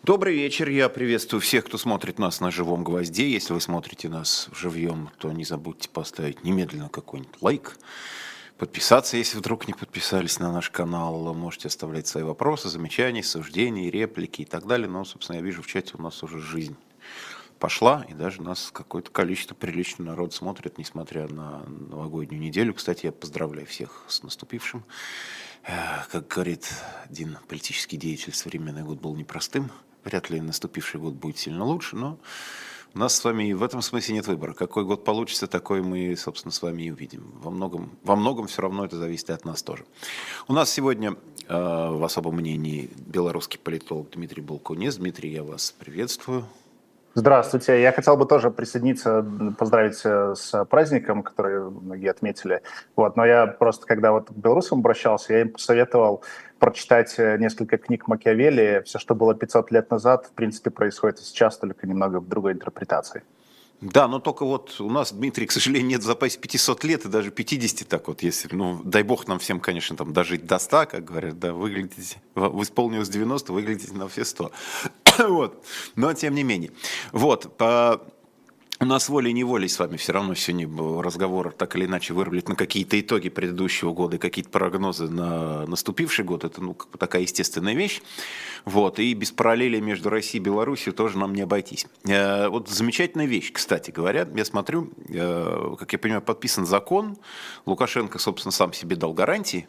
Добрый вечер, я приветствую всех, кто смотрит нас на живом гвозде. Если вы смотрите нас живьем, то не забудьте поставить немедленно какой-нибудь лайк, подписаться, если вдруг не подписались на наш канал. Можете оставлять свои вопросы, замечания, суждения, реплики и так далее. Но, собственно, я вижу в чате у нас уже жизнь пошла, и даже нас какое-то количество приличного народа смотрит, несмотря на новогоднюю неделю. Кстати, я поздравляю всех с наступившим. Как говорит один политический деятель, современный год был непростым. Вряд ли наступивший год будет сильно лучше, но у нас с вами в этом смысле нет выбора. Какой год получится, такой мы, собственно, с вами и увидим. Во многом все равно это зависит и от нас тоже. У нас сегодня в особом мнении белорусский политолог Дмитрий Болкунец. Дмитрий, я вас приветствую. Здравствуйте. Я хотел бы тоже присоединиться, поздравить с праздником, который многие отметили. Но я просто, когда к белорусам обращался, я им посоветовал прочитать несколько книг Макиавелли. Все, что было 500 лет назад, в принципе, происходит и сейчас, только немного в другой интерпретации. Да, но только у нас, Дмитрий, к сожалению, нет в запасе 500 лет и даже 50, если, дай бог нам всем, конечно, там дожить до 100, как говорят, да, выглядите, исполнилось 90, выглядите на все 100. Но тем не менее. У нас волей-неволей с вами все равно сегодня разговор так или иначе вырулит на какие-то итоги предыдущего года и какие-то прогнозы на наступивший год. Это такая естественная вещь. И без параллели между Россией и Беларусью тоже нам не обойтись. Замечательная вещь, кстати говоря. Я смотрю, как я понимаю, подписан закон. Лукашенко, собственно, сам себе дал гарантии.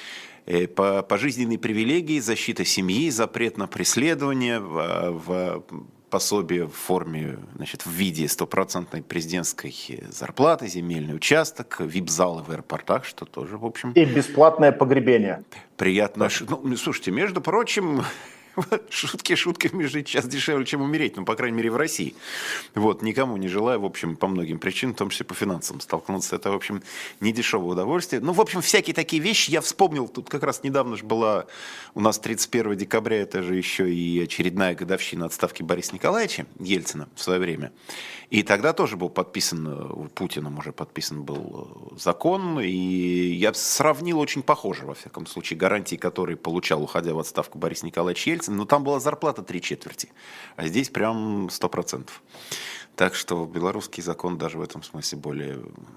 Пожизненные привилегии, защита семьи, запрет на преследование в пособие в форме, в виде стопроцентной президентской зарплаты, земельный участок, вип-залы в аэропортах, что тоже, в общем... И бесплатное погребение. Приятно. Слушайте, между прочим... Шутки шутками, жить сейчас дешевле, чем умереть, по крайней мере, в России. Никому не желаю, в общем, по многим причинам, в том числе по финансам столкнуться. Это, в общем, не дешевое удовольствие. В общем, всякие такие вещи я вспомнил. Тут как раз недавно же была у нас 31 декабря, это же еще и очередная годовщина отставки Бориса Николаевича Ельцина в свое время. И тогда тоже был подписан, Путиным уже подписан был закон, и я сравнил очень похоже, во всяком случае, гарантии, которые получал, уходя в отставку Борис Николаевич Ельцин, но там была зарплата 3/4, а здесь прям 100%. Так что белорусский закон даже в этом смысле более...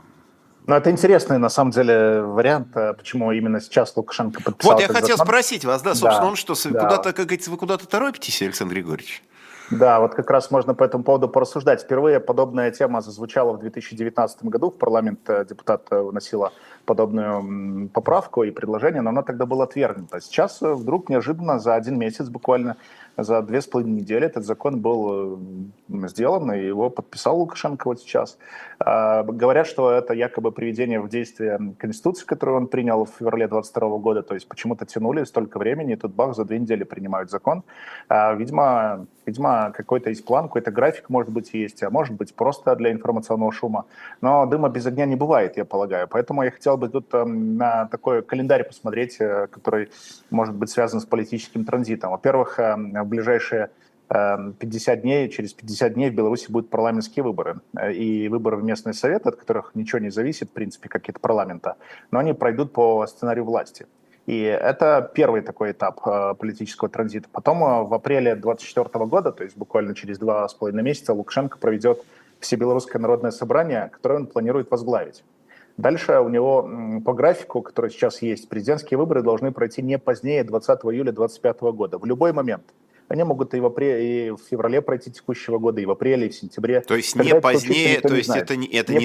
Это интересный, на самом деле, вариант, почему именно сейчас Лукашенко подписал я хотел спросить вас, собственно, он что, куда-то, как говорится, вы куда-то торопитесь, Александр Григорьевич? Да, как раз можно по этому поводу порассуждать. Впервые подобная тема зазвучала в 2019 году. В парламент депутат вносила подобную поправку и предложение, но она тогда была отвергнута. Сейчас вдруг неожиданно за 1 месяц, буквально за 2,5 недели этот закон был сделан, и его подписал Лукашенко сейчас. Говорят, что это якобы приведение в действие Конституции, которую он принял в феврале 2022 года, то есть почему-то тянули столько времени, и тут бах, за 2 недели принимают закон. Видимо, какой-то есть план, какой-то график, может быть, есть, а может быть, просто для информационного шума. Но дыма без огня не бывает, я полагаю. Поэтому я хотел бы тут на такой календарь посмотреть, который может быть связан с политическим транзитом. Во-первых, в ближайшие 50 дней, через 50 дней в Беларуси будут парламентские выборы. И выборы в местный совет, от которых ничего не зависит, в принципе, как и от парламента, но они пройдут по сценарию власти. И это первый такой этап политического транзита. Потом в апреле 2024 года, то есть буквально через 2,5 месяца, Лукашенко проведет Всебелорусское народное собрание, которое он планирует возглавить. Дальше у него по графику, который сейчас есть, президентские выборы должны пройти не позднее 20 июля 2025 года, в любой момент. Они могут и в феврале пройти текущего года, и в апреле, и в сентябре. То есть не позднее, то есть это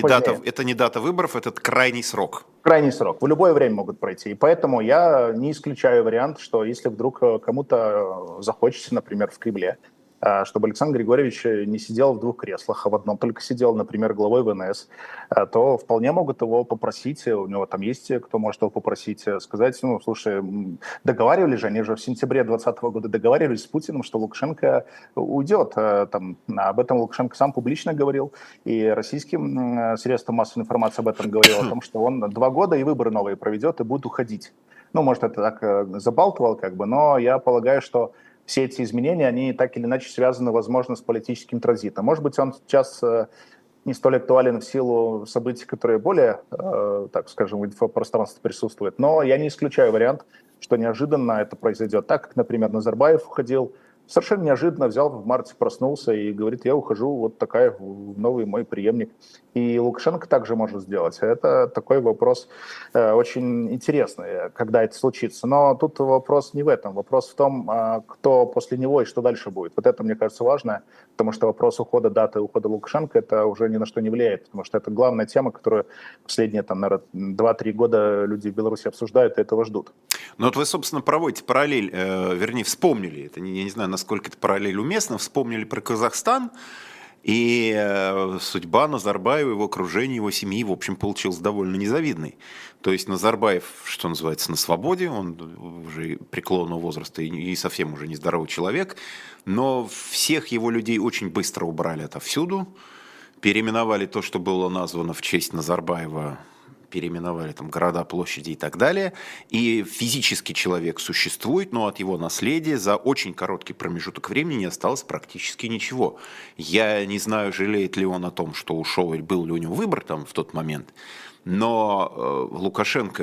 не дата выборов, это крайний срок. Крайний срок. В любое время могут пройти. И поэтому я не исключаю вариант, что если вдруг кому-то захочется, например, в Кремле, чтобы Александр Григорьевич не сидел в 2 креслах, а в одном только сидел, например, главой ВНС, то вполне могут его попросить, у него там есть кто может его попросить, сказать, слушай, договаривались же, они же в сентябре 2020 года договаривались с Путиным, что Лукашенко уйдет. Об этом Лукашенко сам публично говорил, и российским средствам массовой информации об этом говорил, о том, что он 2 года и выборы новые проведет и будет уходить. Может, это так забалтывал, но я полагаю, что все эти изменения, они так или иначе связаны, возможно, с политическим транзитом. Может быть, он сейчас не столь актуален в силу событий, которые более, так скажем, в инфопространстве присутствуют. Но я не исключаю вариант, что неожиданно это произойдет так, как, например, Назарбаев уходил совершенно неожиданно взял в марте, проснулся и говорит, я ухожу, вот такая новый мой преемник. И Лукашенко также может сделать. Это такой вопрос очень интересный, когда это случится. Но тут вопрос не в этом. Вопрос в том, кто после него и что дальше будет. Вот это, мне кажется, важно, потому что вопрос ухода, даты ухода Лукашенко, это уже ни на что не влияет, потому что это главная тема, которую последние, там, наверное, 2-3 года люди в Беларуси обсуждают и этого ждут. Ну вот вы, собственно, проводите параллель, вернее, вспомнили, это, я не знаю, насколько это параллель уместна, вспомнили про Казахстан, и судьба Назарбаева, его окружения, его семьи, в общем, получилась довольно незавидной. То есть Назарбаев, что называется, на свободе, он уже преклонного возраста и совсем уже нездоровый человек, но всех его людей очень быстро убрали отовсюду, переименовали то, что было названо в честь Назарбаева, переименовали там города, площади и так далее. И физически человек существует, но от его наследия за очень короткий промежуток времени не осталось практически ничего. Я не знаю, жалеет ли он о том, что ушел, или был ли у него выбор там в тот момент. Но Лукашенко,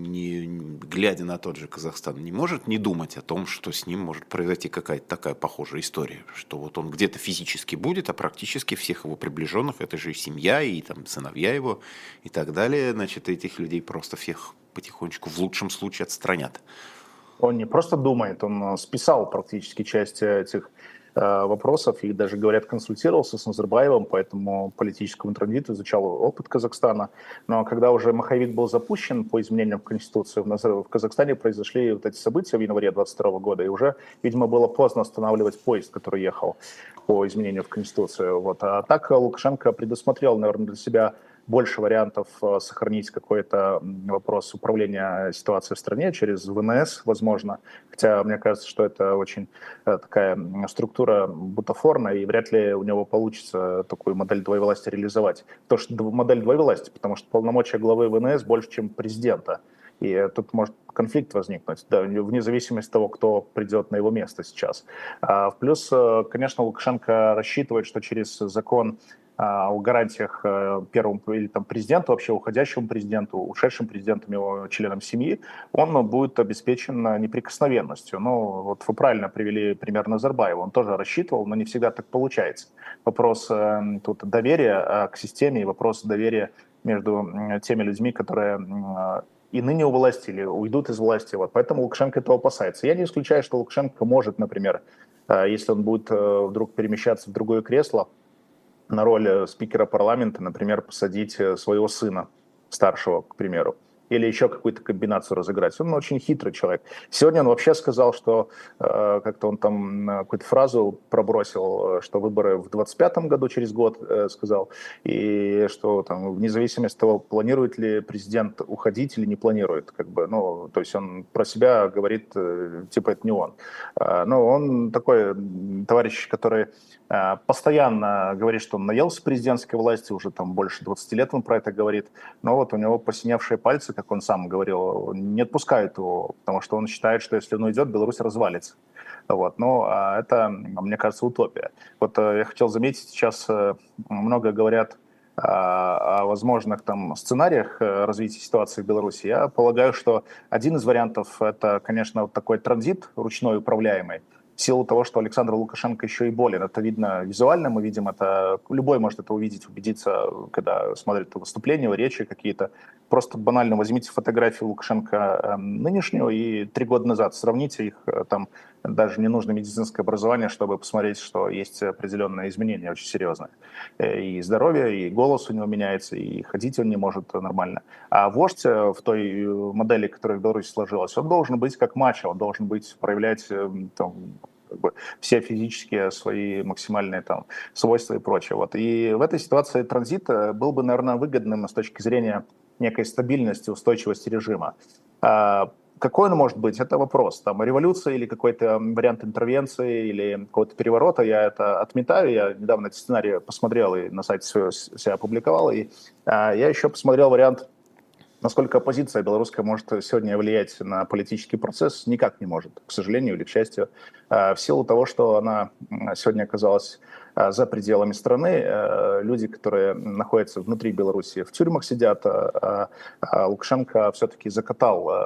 не глядя на тот же Казахстан, не может не думать о том, что с ним может произойти какая-то такая похожая история, что вот он где-то физически будет, а практически всех его приближенных, это же и семья, и там сыновья его, и так далее, значит, этих людей просто всех потихонечку в лучшем случае отстранят. Он не просто думает, он списал практически часть этих вопросов и даже, говорят, консультировался с Назарбаевым по этому политическому транзиту, изучал опыт Казахстана. Но когда уже маховик был запущен по изменениям в Конституции, в Казахстане произошли вот эти события в январе 2022 года, и уже, видимо, было поздно останавливать поезд, который ехал по изменению в Конституцию. Вот. А так Лукашенко предусмотрел, наверное, для себя больше вариантов сохранить какой-то вопрос управления ситуацией в стране через ВНС, возможно. Хотя мне кажется, что это очень такая структура бутафорная, и вряд ли у него получится такую модель двоевластия реализовать. То, что модель двоевластия, потому что полномочия главы ВНС больше, чем президента. И тут может конфликт возникнуть, да, вне зависимости от того, кто придет на его место сейчас. Плюс, конечно, Лукашенко рассчитывает, что через закон о гарантиях первому или там президенту, вообще уходящему президенту, ушедшим президентам, его членам семьи, он будет обеспечен неприкосновенностью. Ну, вот вы правильно привели пример Назарбаева, он тоже рассчитывал, но не всегда так получается. Вопрос тут доверия к системе и вопрос доверия между теми людьми, которые и ныне у власти или уйдут из власти. Вот. Поэтому Лукашенко этого опасается. Я не исключаю, что Лукашенко может, например, если он будет вдруг перемещаться в другое кресло, на роль спикера парламента, например, посадить своего сына, старшего, к примеру, или еще какую-то комбинацию разыграть. Он очень хитрый человек. Сегодня он вообще сказал, что как-то он там какую-то фразу пробросил, что выборы в 2025 году, через год, сказал, и что там, вне зависимости от того, планирует ли президент уходить или не планирует. Как бы, ну, то есть он про себя говорит, типа это не он. Но он такой товарищ, который постоянно говорит, что он наелся президентской власти, уже там больше 20 лет он про это говорит, но вот у него посиневшие пальцы, как он сам говорил, не отпускают его, потому что он считает, что если он уйдет, Беларусь развалится. Вот. Но это, мне кажется, утопия. Вот я хотел заметить, сейчас много говорят о возможных там сценариях развития ситуации в Беларуси. Я полагаю, что один из вариантов — это, конечно, вот такой транзит ручной управляемый, в силу того, что Александр Лукашенко еще и болен. Это видно визуально, мы видим это, любой может это увидеть, убедиться, когда смотрит выступления, его речи какие-то. Просто банально возьмите фотографию Лукашенко нынешнюю и 3 года назад, сравните их, там даже не нужно медицинское образование, чтобы посмотреть, что есть определенные изменения очень серьезные. И здоровье, и голос у него меняется, и ходить он не может нормально. А вождь в той модели, которая в Беларуси сложилась, он должен быть как мачо, он должен быть, проявлять там, как бы все физические свои максимальные там свойства и прочее. Вот. И в этой ситуации транзит был бы, наверное, выгодным с точки зрения некой стабильности, устойчивости режима. Какой он может быть? Это вопрос. Там революция или какой-то вариант интервенции или какого-то переворота, я это отметаю. Я недавно эти сценарии посмотрел и на сайте себя опубликовал. И я еще посмотрел вариант, насколько оппозиция белорусская может сегодня влиять на политический процесс, никак не может, к сожалению или к счастью, в силу того, что она сегодня оказалась за пределами страны. Люди, которые находятся внутри Беларуси, в тюрьмах сидят, а Лукашенко все-таки закатал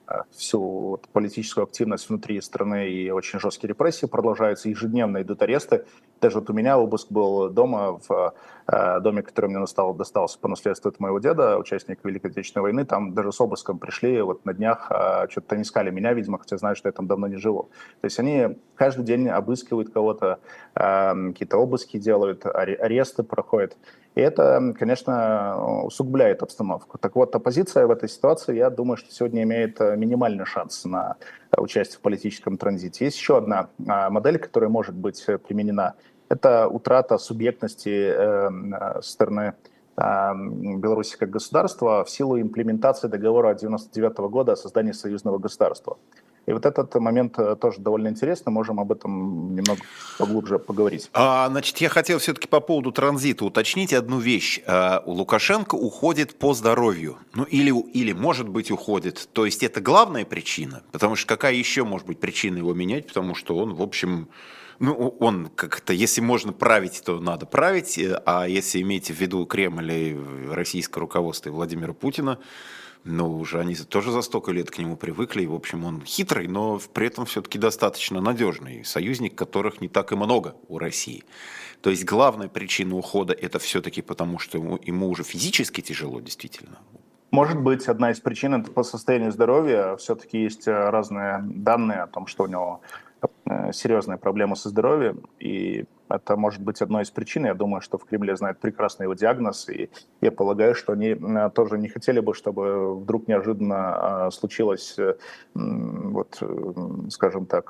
всю вот политическую активность внутри страны, и очень жесткие репрессии продолжаются, ежедневно идут аресты. Даже вот у меня обыск был дома, в доме, который мне достался по наследству от моего деда, участника Великой Отечественной войны. Там даже с обыском пришли вот на днях, что-то не искали меня, видимо, хотя знают, что я там давно не живу. То есть они каждый день обыскивают кого-то, какие-то обыски делают, аресты проходят. И это, конечно, усугубляет обстановку. Так вот, оппозиция в этой ситуации, я думаю, что сегодня имеет минимальный шанс на участие в политическом транзите. Есть еще одна модель, которая может быть применена. Это утрата субъектности со стороны Беларуси как государства в силу имплементации договора 1999 года о создании союзного государства. И вот этот момент тоже довольно интересный, можем об этом немного поглубже поговорить. Значит, я хотел все-таки по поводу транзита уточнить одну вещь. У Лукашенко уходит по здоровью, ну или может быть уходит. То есть это главная причина, потому что какая еще может быть причина его менять, потому что он, в общем, ну, он как-то, если можно править, то надо править, а если иметь в виду Кремль и российское руководство и Владимира Путина, ну, уже они тоже за столько лет к нему привыкли, и, в общем, он хитрый, но при этом все-таки достаточно надежный, союзник которых не так и много у России. То есть главная причина ухода – это все-таки потому, что ему уже физически тяжело, действительно. Может быть, одна из причин – это по состоянию здоровья. Все-таки есть разные данные о том, что у него серьезные проблемы со здоровьем, и это может быть одной из причин. Я думаю, что в Кремле знают прекрасно его диагноз, и я полагаю, что они тоже не хотели бы, чтобы вдруг неожиданно случилось, вот, скажем так,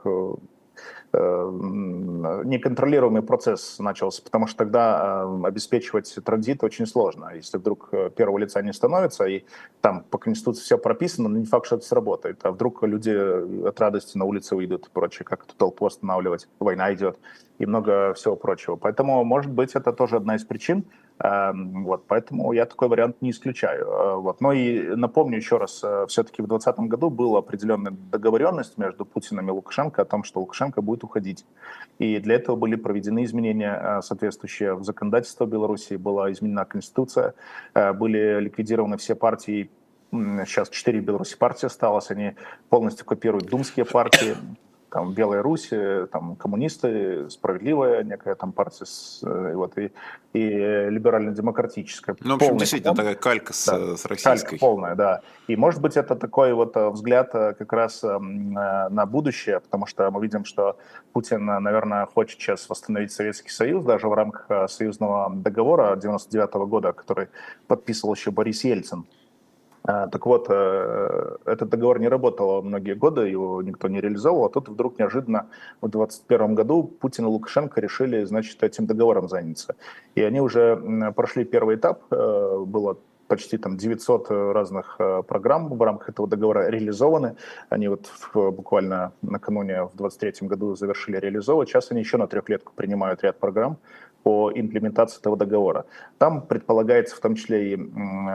неконтролируемый процесс начался, потому что тогда обеспечивать транзит очень сложно. Если вдруг первого лица не становится, и там по Конституции все прописано, но не факт, что это сработает. А вдруг люди от радости на улице выйдут и прочее, как эту толпу останавливать, война идет и много всего прочего. Поэтому, может быть, это тоже одна из причин. Вот, поэтому я такой вариант не исключаю. Вот. Но и напомню еще раз, все-таки в 2020 году была определенная договоренность между Путиным и Лукашенко о том, что Лукашенко будет уходить. И для этого были проведены изменения соответствующие в законодательство Беларуси, была изменена Конституция, были ликвидированы все партии. Сейчас 4 в Беларуси партии осталось, они полностью копируют думские партии. Там Белая Русь, там коммунисты, справедливая некая там партия, вот, и либерально-демократическая. Ну, в общем, действительно, такая калька с российской. Калька полная, да. И, может быть, это такой вот взгляд как раз на будущее, потому что мы видим, что Путин, наверное, хочет сейчас восстановить Советский Союз, даже в рамках союзного договора 1999 года, который подписывал еще Борис Ельцин. Так вот, этот договор не работал многие годы, его никто не реализовал, а тут вдруг неожиданно в 2021 году Путин и Лукашенко решили, значит, этим договором заняться. И они уже прошли первый этап, было почти там 900 разных программ в рамках этого договора реализованы. Они вот буквально накануне в 2023 году завершили реализовывать. Сейчас они еще на трехлетку принимают ряд программ по имплементации этого договора. Там предполагается в том числе и...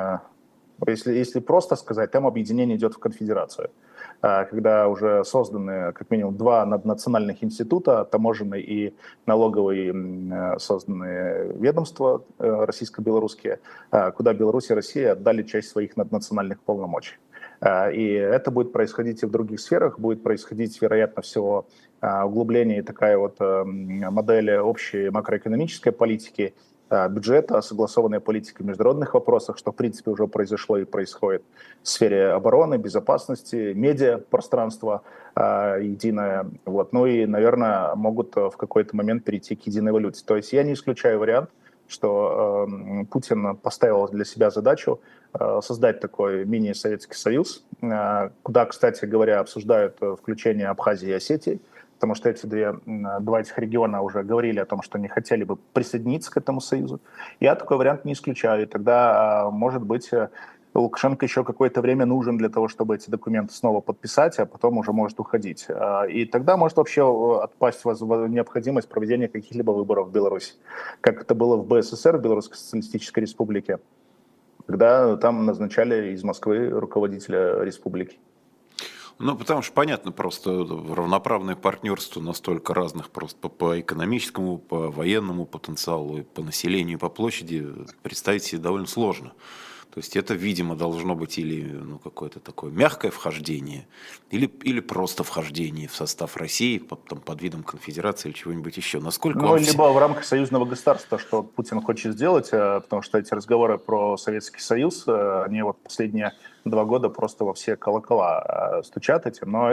Если просто сказать, там объединение идет в конфедерацию, когда уже созданы как минимум 2 наднациональных института, таможенный и налоговый, созданы ведомства российско-белорусские, куда Беларусь и Россия отдали часть своих наднациональных полномочий. И это будет происходить и в других сферах, будет происходить, вероятно всего, углубление и такая вот модель общей макроэкономической политики, бюджета, согласованная политика в международных вопросах, что, в принципе, уже произошло и происходит в сфере обороны, безопасности, медиапространства единое. Вот. Ну и, наверное, могут в какой-то момент перейти к единой валюте. То есть я не исключаю вариант, что Путин поставил для себя задачу создать такой мини-Советский Союз, куда, кстати говоря, обсуждают включение Абхазии и Осетии, потому что эти два этих региона уже говорили о том, что не хотели бы присоединиться к этому союзу. Я такой вариант не исключаю. И тогда, может быть, Лукашенко еще какое-то время нужен для того, чтобы эти документы снова подписать, а потом уже может уходить. И тогда может вообще отпасть необходимость проведения каких-либо выборов в Беларуси, как это было в БССР, в Белорусской социалистической республике, когда там назначали из Москвы руководителя республики. Ну, потому что понятно, просто равноправное партнерство настолько разных просто по экономическому, по военному потенциалу, по населению, по площади представить себе довольно сложно. То есть это, видимо, должно быть или какое-то такое мягкое вхождение, или просто вхождение в состав России под видом конфедерации или чего-нибудь еще. Насколько Ну, вам либо в рамках союзного государства, что Путин хочет сделать, потому что эти разговоры про Советский Союз, они вот последние 2 года просто во все колокола стучат этим. Но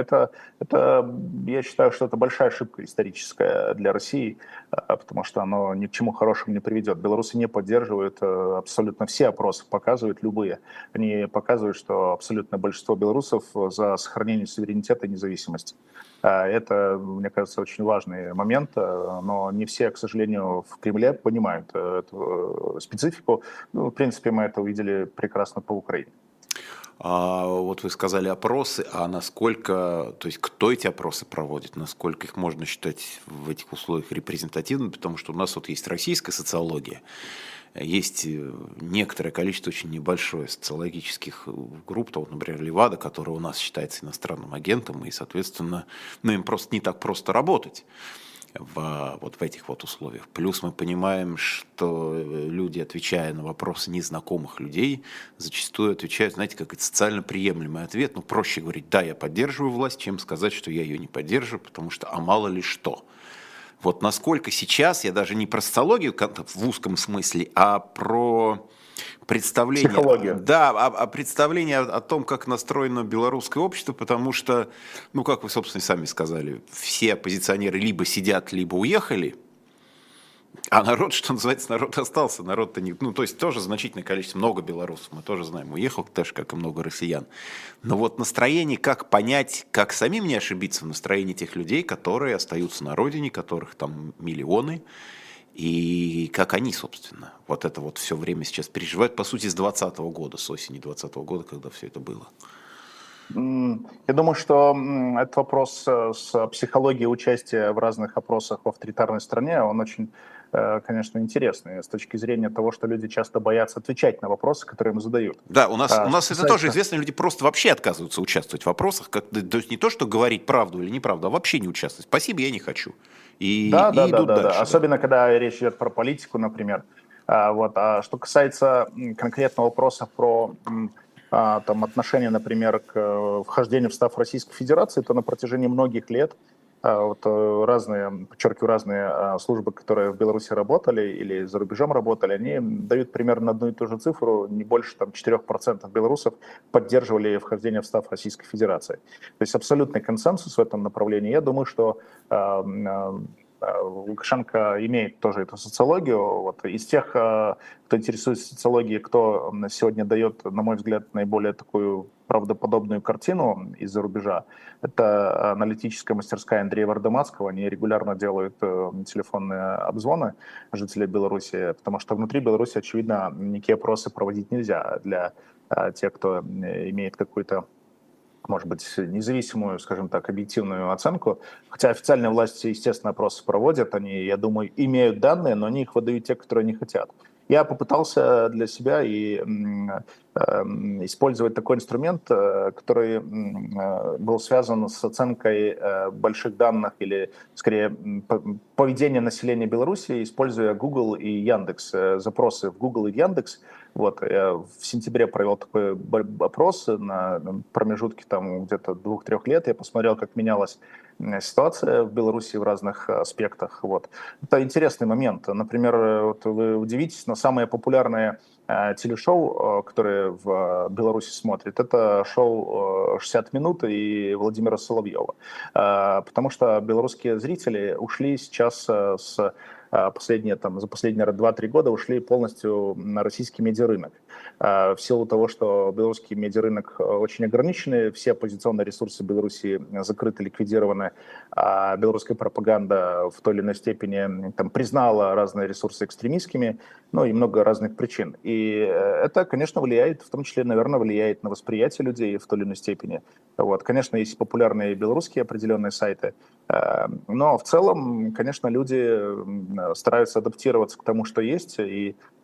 я считаю, что это большая ошибка историческая для России, потому что оно ни к чему хорошему не приведет. Белорусы не поддерживают, абсолютно все опросы показывают, любые. Они показывают, что абсолютное большинство белорусов за сохранение суверенитета и независимости. Это, мне кажется, очень важный момент, но не все, к сожалению, в Кремле понимают эту специфику. Ну, в принципе, мы это увидели прекрасно по Украине. Вот вы сказали опросы, а насколько, то есть кто эти опросы проводит, насколько их можно считать в этих условиях репрезентативными, потому что у нас вот есть российская социология, есть некоторое количество, очень небольшое, социологических групп, вот, например, Левада, которая у нас считается иностранным агентом, и, соответственно, им просто не так просто работать вот в этих вот условиях. Плюс мы понимаем, что люди, отвечая на вопросы незнакомых людей, зачастую отвечают, знаете, как это социально приемлемый ответ. Проще говорить, да, я поддерживаю власть, чем сказать, что я ее не поддерживаю, потому что, мало ли что. Вот насколько сейчас, я даже не про социологию в узком смысле, а про представление, психологию. Да, представление о том, как настроено белорусское общество, потому что, как вы, собственно, сами сказали, все оппозиционеры либо сидят, либо уехали, а народ, что называется, народ остался, народ-то не... то есть тоже значительное количество, много белорусов, мы тоже знаем, уехал, так же, как и много россиян. Но вот настроение, как понять, как самим не ошибиться в настроении тех людей, которые остаются на родине, которых там миллионы, и как они, собственно, вот это вот все время сейчас переживают, по сути, с 2020 года, с осени 2020 года, когда все это было. Я думаю, что этот вопрос с психологией участия в разных опросах в авторитарной стране, он очень, конечно, интересный с точки зрения того, что люди часто боятся отвечать на вопросы, которые им задают. Да, у нас Что это тоже известно, люди просто вообще отказываются участвовать в вопросах, то есть не то, что говорить правду или неправду, а вообще не участвовать. Спасибо, я не хочу. И идут дальше. Особенно, когда речь идет про политику, например. А что касается конкретного вопроса про отношение, например, к вхождению в состав Российской Федерации, то на протяжении многих лет разные службы, которые в Беларуси работали или за рубежом работали, они дают примерно одну и ту же цифру, не больше 4% белорусов поддерживали вхождение в состав Российской Федерации. То есть абсолютный консенсус в этом направлении. Я думаю, что Лукашенко имеет тоже эту социологию. Из тех, кто интересуется социологией, кто сегодня дает, на мой взгляд, наиболее такую правдоподобную картину из-за рубежа, это аналитическая мастерская Андрея Вардамацкого. Они регулярно делают телефонные обзвоны жителей Беларуси, потому что внутри Беларуси, очевидно, никакие опросы проводить нельзя для тех, кто имеет какую-то, может быть, независимую, скажем так, объективную оценку. Хотя официальные власти, естественно, опросы проводят, они, я думаю, имеют данные, но они их выдают те, которые не хотят. Я попытался для себя использовать такой инструмент, который был связан с оценкой больших данных или, скорее, поведения населения Беларуси, используя Google и Яндекс. Запросы в Google и в Яндекс. Я в сентябре провел такой опрос на промежутке где-то 2-3 лет. Я посмотрел, как менялась ситуация в Беларуси в разных аспектах. Это интересный момент. Например, вы удивитесь, но самые популярные телешоу, которые в Беларуси смотрят, это шоу «60 минут» и Владимира Соловьева. Потому что белорусские зрители ушли сейчас за последние 2-3 года ушли полностью на российский медиарынок. В силу того, что белорусский медиарынок очень ограниченный, все оппозиционные ресурсы Беларуси закрыты, ликвидированы, а белорусская пропаганда в той или иной степени признала разные ресурсы экстремистскими, и много разных причин. И это, конечно, влияет, в том числе, наверное, влияет на восприятие людей в той или иной степени. Конечно, есть популярные белорусские определенные сайты, но в целом, конечно, люди стараются адаптироваться к тому, что есть, и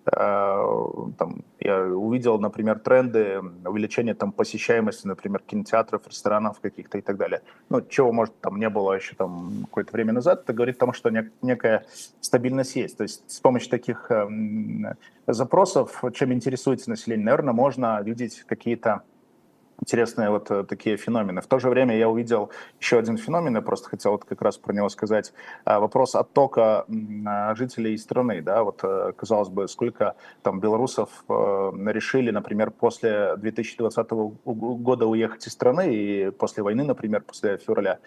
Там, я увидел, например, тренды увеличения там посещаемости, например, кинотеатров, ресторанов каких-то и так далее. Ну, чего, может, там не было еще там какое-то время назад, это говорит о том, что некая стабильность есть. То есть с помощью таких запросов, чем интересуется население, наверное, можно видеть какие-то интересные вот такие феномены. В то же время я увидел еще один феномен, я просто хотел вот как раз про него сказать. Вопрос оттока жителей из страны, да, вот казалось бы, сколько там белорусов решили, например, после 2020 года уехать из страны и после войны, например, после февраля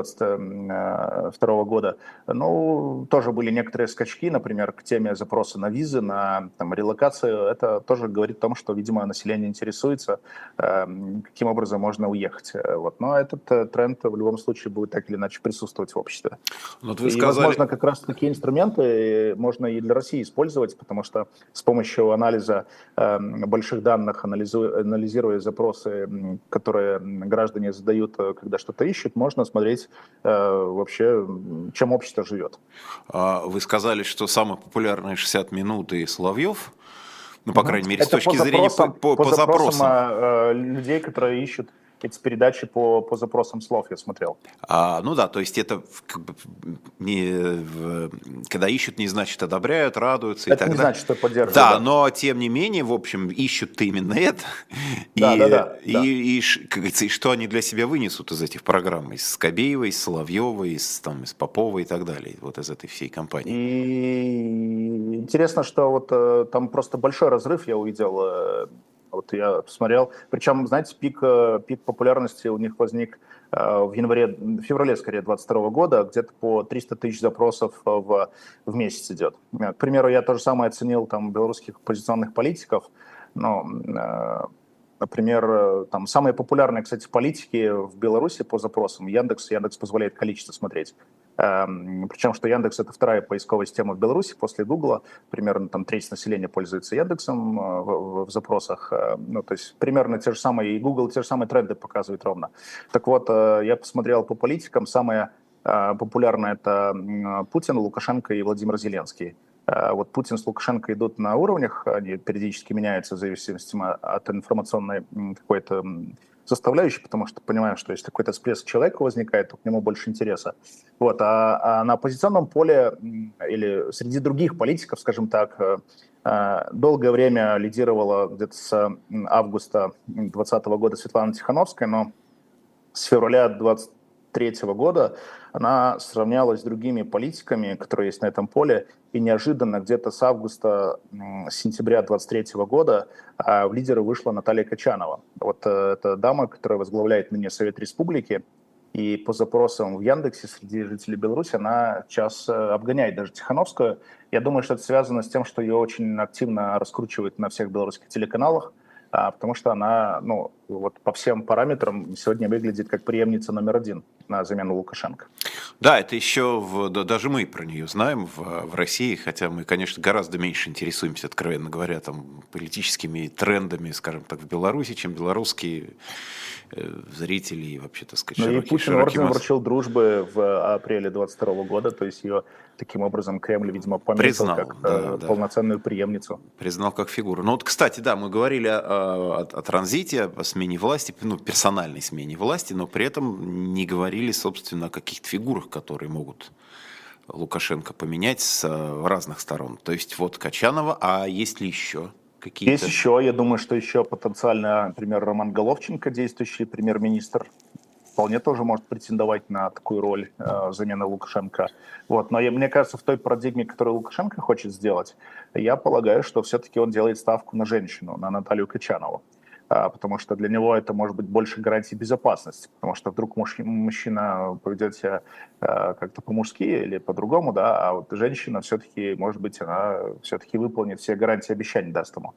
2022 года. Ну, тоже были некоторые скачки, например, к теме запроса на визы, на там, релокацию. Это тоже говорит о том, что, видимо, население интересуется, каким образом можно уехать. Вот. Но этот тренд в любом случае будет так или иначе присутствовать в обществе. Вот вы И, сказали... возможно, как раз такие инструменты можно и для России использовать, потому что с помощью анализа больших данных, анализируя запросы, которые граждане задают, когда что-то ищут, можно смотреть вообще, чем общество живет. Вы сказали, что самые популярные 60 минут и Соловьев, ну, по крайней мере, с Это точки зрения по запросам. Людей, которые ищут эти передачи по запросам слов, я смотрел. Ну да, то есть это как бы когда ищут, не значит одобряют, радуются и Это так не далее. значит, что поддерживают. Да, Да, но тем не менее, в общем, ищут именно это. да. Как говорится, и что они для себя вынесут из этих программ, из Скобеевой, из Соловьевой, из Попова и так далее, вот из этой всей компании. И интересно, что вот там просто большой разрыв я увидел. Вот я посмотрел. Причем, знаете, пик популярности у них возник в феврале, скорее, 2022 года, где-то по 300 тысяч запросов в месяц идет. К примеру, я то же самое оценил там белорусских оппозиционных политиков, но, например, там самые популярные, кстати, политики в Беларуси по запросам Яндекс позволяет количество смотреть. Причем, что Яндекс — это вторая поисковая система в Беларуси после Гугла. Примерно там треть населения пользуется Яндексом в запросах. Ну, то есть примерно те же самые, и Google те же самые тренды показывает ровно. Так вот, я посмотрел по политикам. Самое популярное — это Путин, Лукашенко и Владимир Зеленский. Вот Путин с Лукашенко идут на уровнях, они периодически меняются в зависимости от информационной какой-то составляющей, потому что понимаем, что если какой-то всплеск человека возникает, то к нему больше интереса. Вот. А на оппозиционном поле или среди других политиков, скажем так, долгое время лидировала где-то с августа 2020 года Светлана Тихановская, но с февраля 2023 года она сравнялась с другими политиками, которые есть на этом поле, и неожиданно где-то с сентября 2023 года в лидеры вышла Наталья Качанова. Вот эта дама, которая возглавляет ныне Совет Республики, и по запросам в Яндексе среди жителей Беларуси она сейчас обгоняет даже Тихановскую. Я думаю, что это связано с тем, что ее очень активно раскручивают на всех белорусских телеканалах, потому что она, ну, вот по всем параметрам сегодня выглядит как преемница номер один на замену Лукашенко. Да, это еще, даже мы про нее знаем в России, хотя мы, конечно, гораздо меньше интересуемся, откровенно говоря, там, политическими трендами, скажем так, в Беларуси, чем белорусские зрители и вообще, так сказать, Но ей Путин орден массы. вручил дружбы в апреле 22 года, то есть ее таким образом Кремль, видимо, пометил Признал, как полноценную преемницу. Признал как фигуру. Ну вот, кстати, да, мы говорили о транзите, о смене власти, ну, персональной смене власти, но при этом не говорили, собственно, о каких-то фигурах, которые могут Лукашенко поменять с разных сторон. То есть вот Качанова, а есть ли еще какие-то? Есть еще, я думаю, что еще потенциально, например, Роман Головченко, действующий премьер-министр, вполне тоже может претендовать на такую роль замены Лукашенко. Вот. Но мне кажется, в той парадигме, которую Лукашенко хочет сделать, я полагаю, что все-таки он делает ставку на женщину, на Наталью Качанову. Потому что для него это может быть больше гарантии безопасности, потому что вдруг мужчина поведет себя как-то по-мужски или по-другому, да, а вот женщина все-таки, может быть, она все-таки выполнит все гарантии, обещаний даст ему.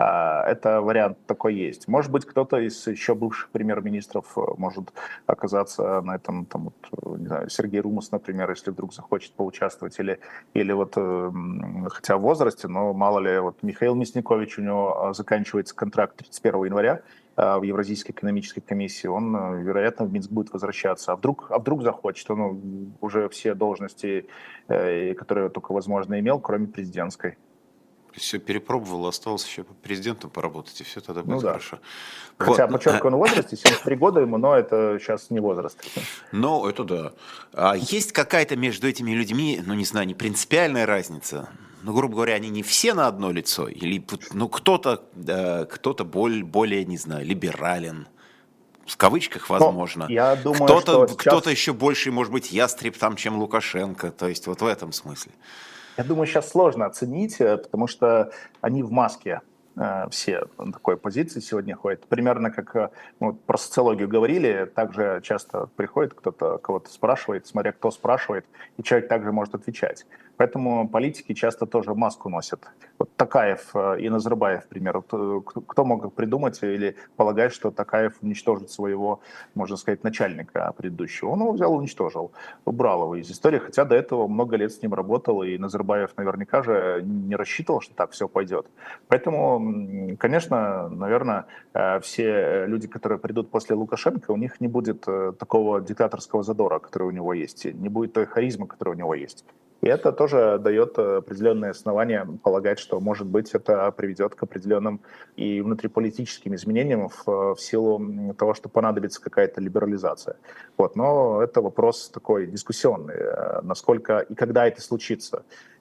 Это вариант такой есть. Может быть, кто-то из еще бывших премьер-министров может оказаться на этом, там, вот, не знаю, Сергей Румус, например, если вдруг захочет поучаствовать, или вот, хотя в возрасте, но мало ли, вот Михаил Мясникович, у него заканчивается контракт 31 января в Евразийской экономической комиссии, он, вероятно, в Минск будет возвращаться. А вдруг захочет? Он уже все должности, которые только возможно имел, кроме президентской. Все перепробовал, осталось еще президентом поработать, и все тогда Ну будет да. хорошо. Хотя, Вот. подчеркиваю, он в возрасте, 73 года ему, но это сейчас не возраст. Ну, это да. А есть какая-то между этими людьми, ну, не знаю, не принципиальная разница? Ну, грубо говоря, они не все на одно лицо? Или, ну, кто-то более, не знаю, либерален, в кавычках, Но возможно. я думаю, Кто-то, что кто-то сейчас еще больше, может быть, ястреб там, чем Лукашенко. То есть вот в этом смысле. Я думаю, сейчас сложно оценить, потому что они в маске все на такой позиции сегодня ходят. Примерно как мы вот про социологию говорили, также часто приходит кто-то, кого-то спрашивает, смотря кто спрашивает, и человек также может отвечать. Поэтому политики часто тоже маску носят. Вот Токаев и Назарбаев, к примеру, кто мог придумать или полагать, что Токаев уничтожит своего, можно сказать, начальника предыдущего? Он его взял и уничтожил, убрал его из истории, хотя до этого много лет с ним работал, и Назарбаев наверняка же не рассчитывал, что так все пойдет. Поэтому, конечно, наверное, все люди, которые придут после Лукашенко, у них не будет такого диктаторского задора, который у него есть, не будет той харизмы, которая у него есть. И это тоже дает определенные основания полагать, что, может быть, это приведет к определенным и внутриполитическим изменениям в силу того, что понадобится какая-то либерализация. Вот. Но это вопрос такой дискуссионный, насколько и когда это случится,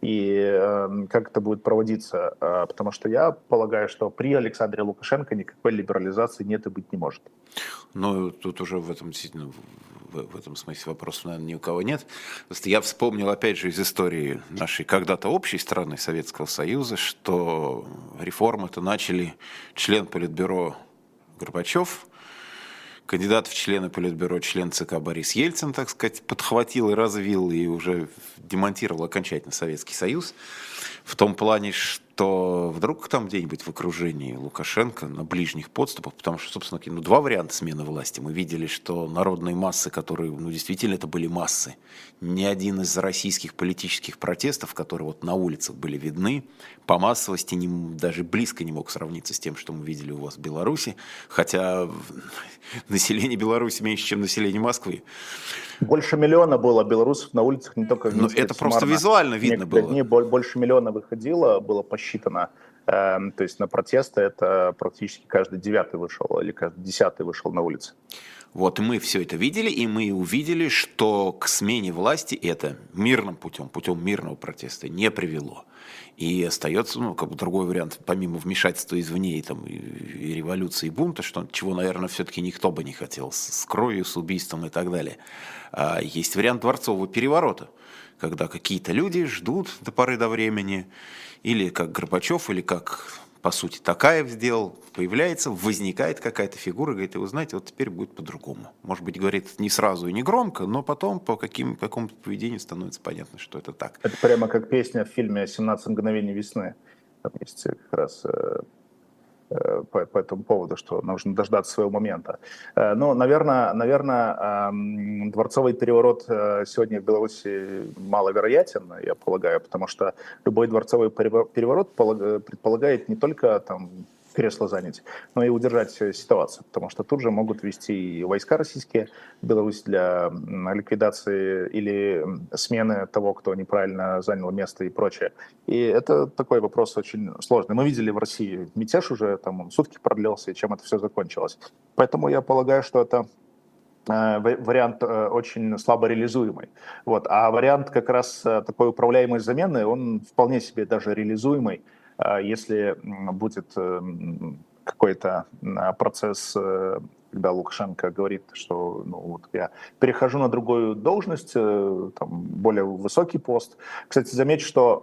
и как это будет проводиться. Потому что я полагаю, что при Александре Лукашенко никакой либерализации нет и быть не может. Ну, тут уже в этом действительно, в этом смысле вопросов, наверное, ни у кого нет. Просто я вспомнил, опять же, из истории нашей когда-то общей страны Советского Союза, что реформы-то начали член Политбюро Горбачев, кандидат в члены Политбюро, член ЦК Борис Ельцин, так сказать, подхватил и развил, и уже демонтировал окончательно Советский Союз. В том плане, что вдруг там где-нибудь в окружении Лукашенко на ближних подступах, потому что, собственно, два варианта смены власти. Мы видели, что народные массы, которые, действительно это были массы, ни один из российских политических протестов, которые вот на улицах были видны, по массовости даже близко не мог сравниться с тем, что мы видели у вас в Беларуси, хотя население Беларуси меньше, чем население Москвы. Больше миллиона было белорусов на улицах, не только в Но Минске, это просто суммарно. визуально видно Некоторые было. дни больше миллиона выходило, было посчитано. То есть на протесты это практически каждый 9-й вышел или каждый 10-й вышел на улицы. Вот, и мы все это видели, и мы увидели, что к смене власти это мирным путем мирного протеста не привело. И остается, другой вариант, помимо вмешательства извне и революции, и бунта, чего, наверное, все-таки никто бы не хотел, с кровью, с убийством и так далее. А есть вариант дворцового переворота, когда какие-то люди ждут до поры до времени, или как Горбачев, или как, по сути, Токаев сделал, появляется, возникает какая-то фигура, говорит, и вы знаете, вот теперь будет по-другому. Может быть, говорит не сразу и не громко, но потом по какому-то поведению становится понятно, что это так. Это прямо как песня в фильме «17 мгновений весны». Там есть как раз по этому поводу, что нужно дождаться своего момента. Но, наверное, дворцовый переворот сегодня в Беларуси маловероятен, я полагаю, потому что любой дворцовый переворот предполагает не только кресло занять, но и удержать ситуацию, потому что тут же могут ввести и войска российские в Беларусь для ликвидации или смены того, кто неправильно занял место и прочее. И это такой вопрос очень сложный. Мы видели в России мятеж уже, он сутки продлился, и чем это все закончилось. Поэтому я полагаю, что это вариант очень слабо реализуемый. Вот. А вариант как раз такой управляемой замены, он вполне себе даже реализуемый, если будет какой-то процесс, когда Лукашенко говорит, что я перехожу на другую должность, более высокий пост. Кстати, замечу, что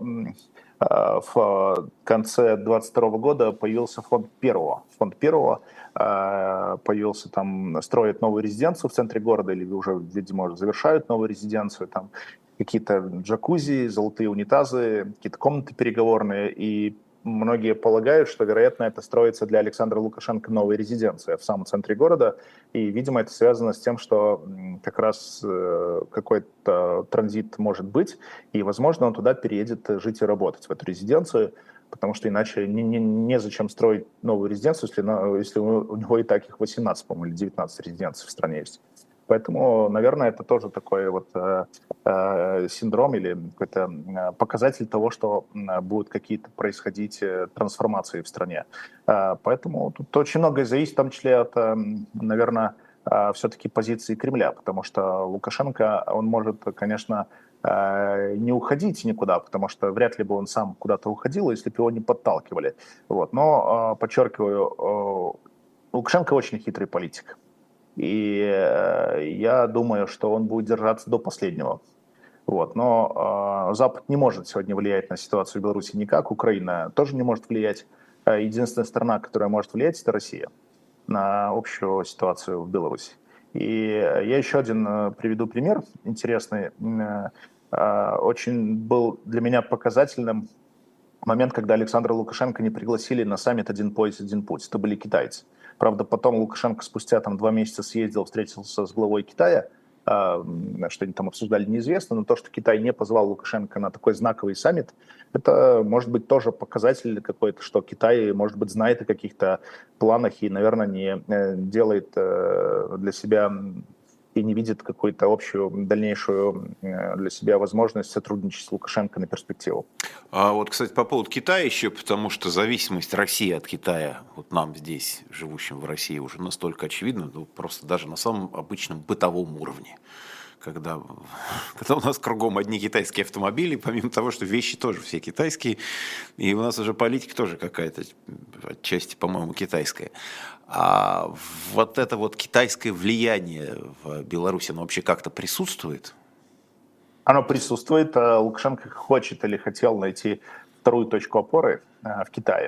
в конце 2022 года появился фонд Первого. Фонд Первого появился строят новую резиденцию в центре города, или уже, видимо, завершают новую резиденцию, какие-то джакузи, золотые унитазы, какие-то комнаты переговорные, и многие полагают, что, вероятно, это строится для Александра Лукашенко новая резиденция в самом центре города, и, видимо, это связано с тем, что как раз какой-то транзит может быть, и, возможно, он туда переедет жить и работать, в эту резиденцию, потому что иначе незачем строить новую резиденцию, если у него и так их 18, по-моему, или 19 резиденций в стране есть. Поэтому, наверное, это тоже такой вот синдром или какой-то показатель того, что будут какие-то происходить трансформации в стране. Поэтому тут очень многое зависит, в том числе от, наверное, все-таки позиции Кремля, потому что Лукашенко, он может, конечно, не уходить никуда, потому что вряд ли бы он сам куда-то уходил, если бы его не подталкивали. Вот. Но, подчеркиваю, Лукашенко очень хитрый политик. И я думаю, что он будет держаться до последнего. Вот. Но Запад не может сегодня влиять на ситуацию в Беларуси никак, Украина тоже не может влиять. Единственная страна, которая может влиять, это Россия на общую ситуацию в Беларуси. И я еще один приведу пример интересный. Очень был для меня показательным момент, когда Александра Лукашенко не пригласили на саммит «Один пояс, один путь». Это были китайцы. Правда, потом Лукашенко спустя 2 месяца съездил, встретился с главой Китая, что они там обсуждали, неизвестно, но то, что Китай не позвал Лукашенко на такой знаковый саммит, это может быть тоже показатель какой-то, что Китай, может быть, знает о каких-то планах и, наверное, не делает для себя и не видит какую-то общую дальнейшую для себя возможность сотрудничать с Лукашенко на перспективу. А вот, кстати, по поводу Китая еще, потому что зависимость России от Китая, вот нам здесь, живущим в России, уже настолько очевидна, ну, просто даже на самом обычном бытовом уровне. Когда у нас кругом одни китайские автомобили, помимо того, что вещи тоже все китайские, и у нас уже политика тоже какая-то отчасти, по-моему, китайская. А вот это вот китайское влияние в Беларуси, оно вообще как-то присутствует? Оно присутствует. Лукашенко хочет или хотел найти вторую точку опоры в Китае.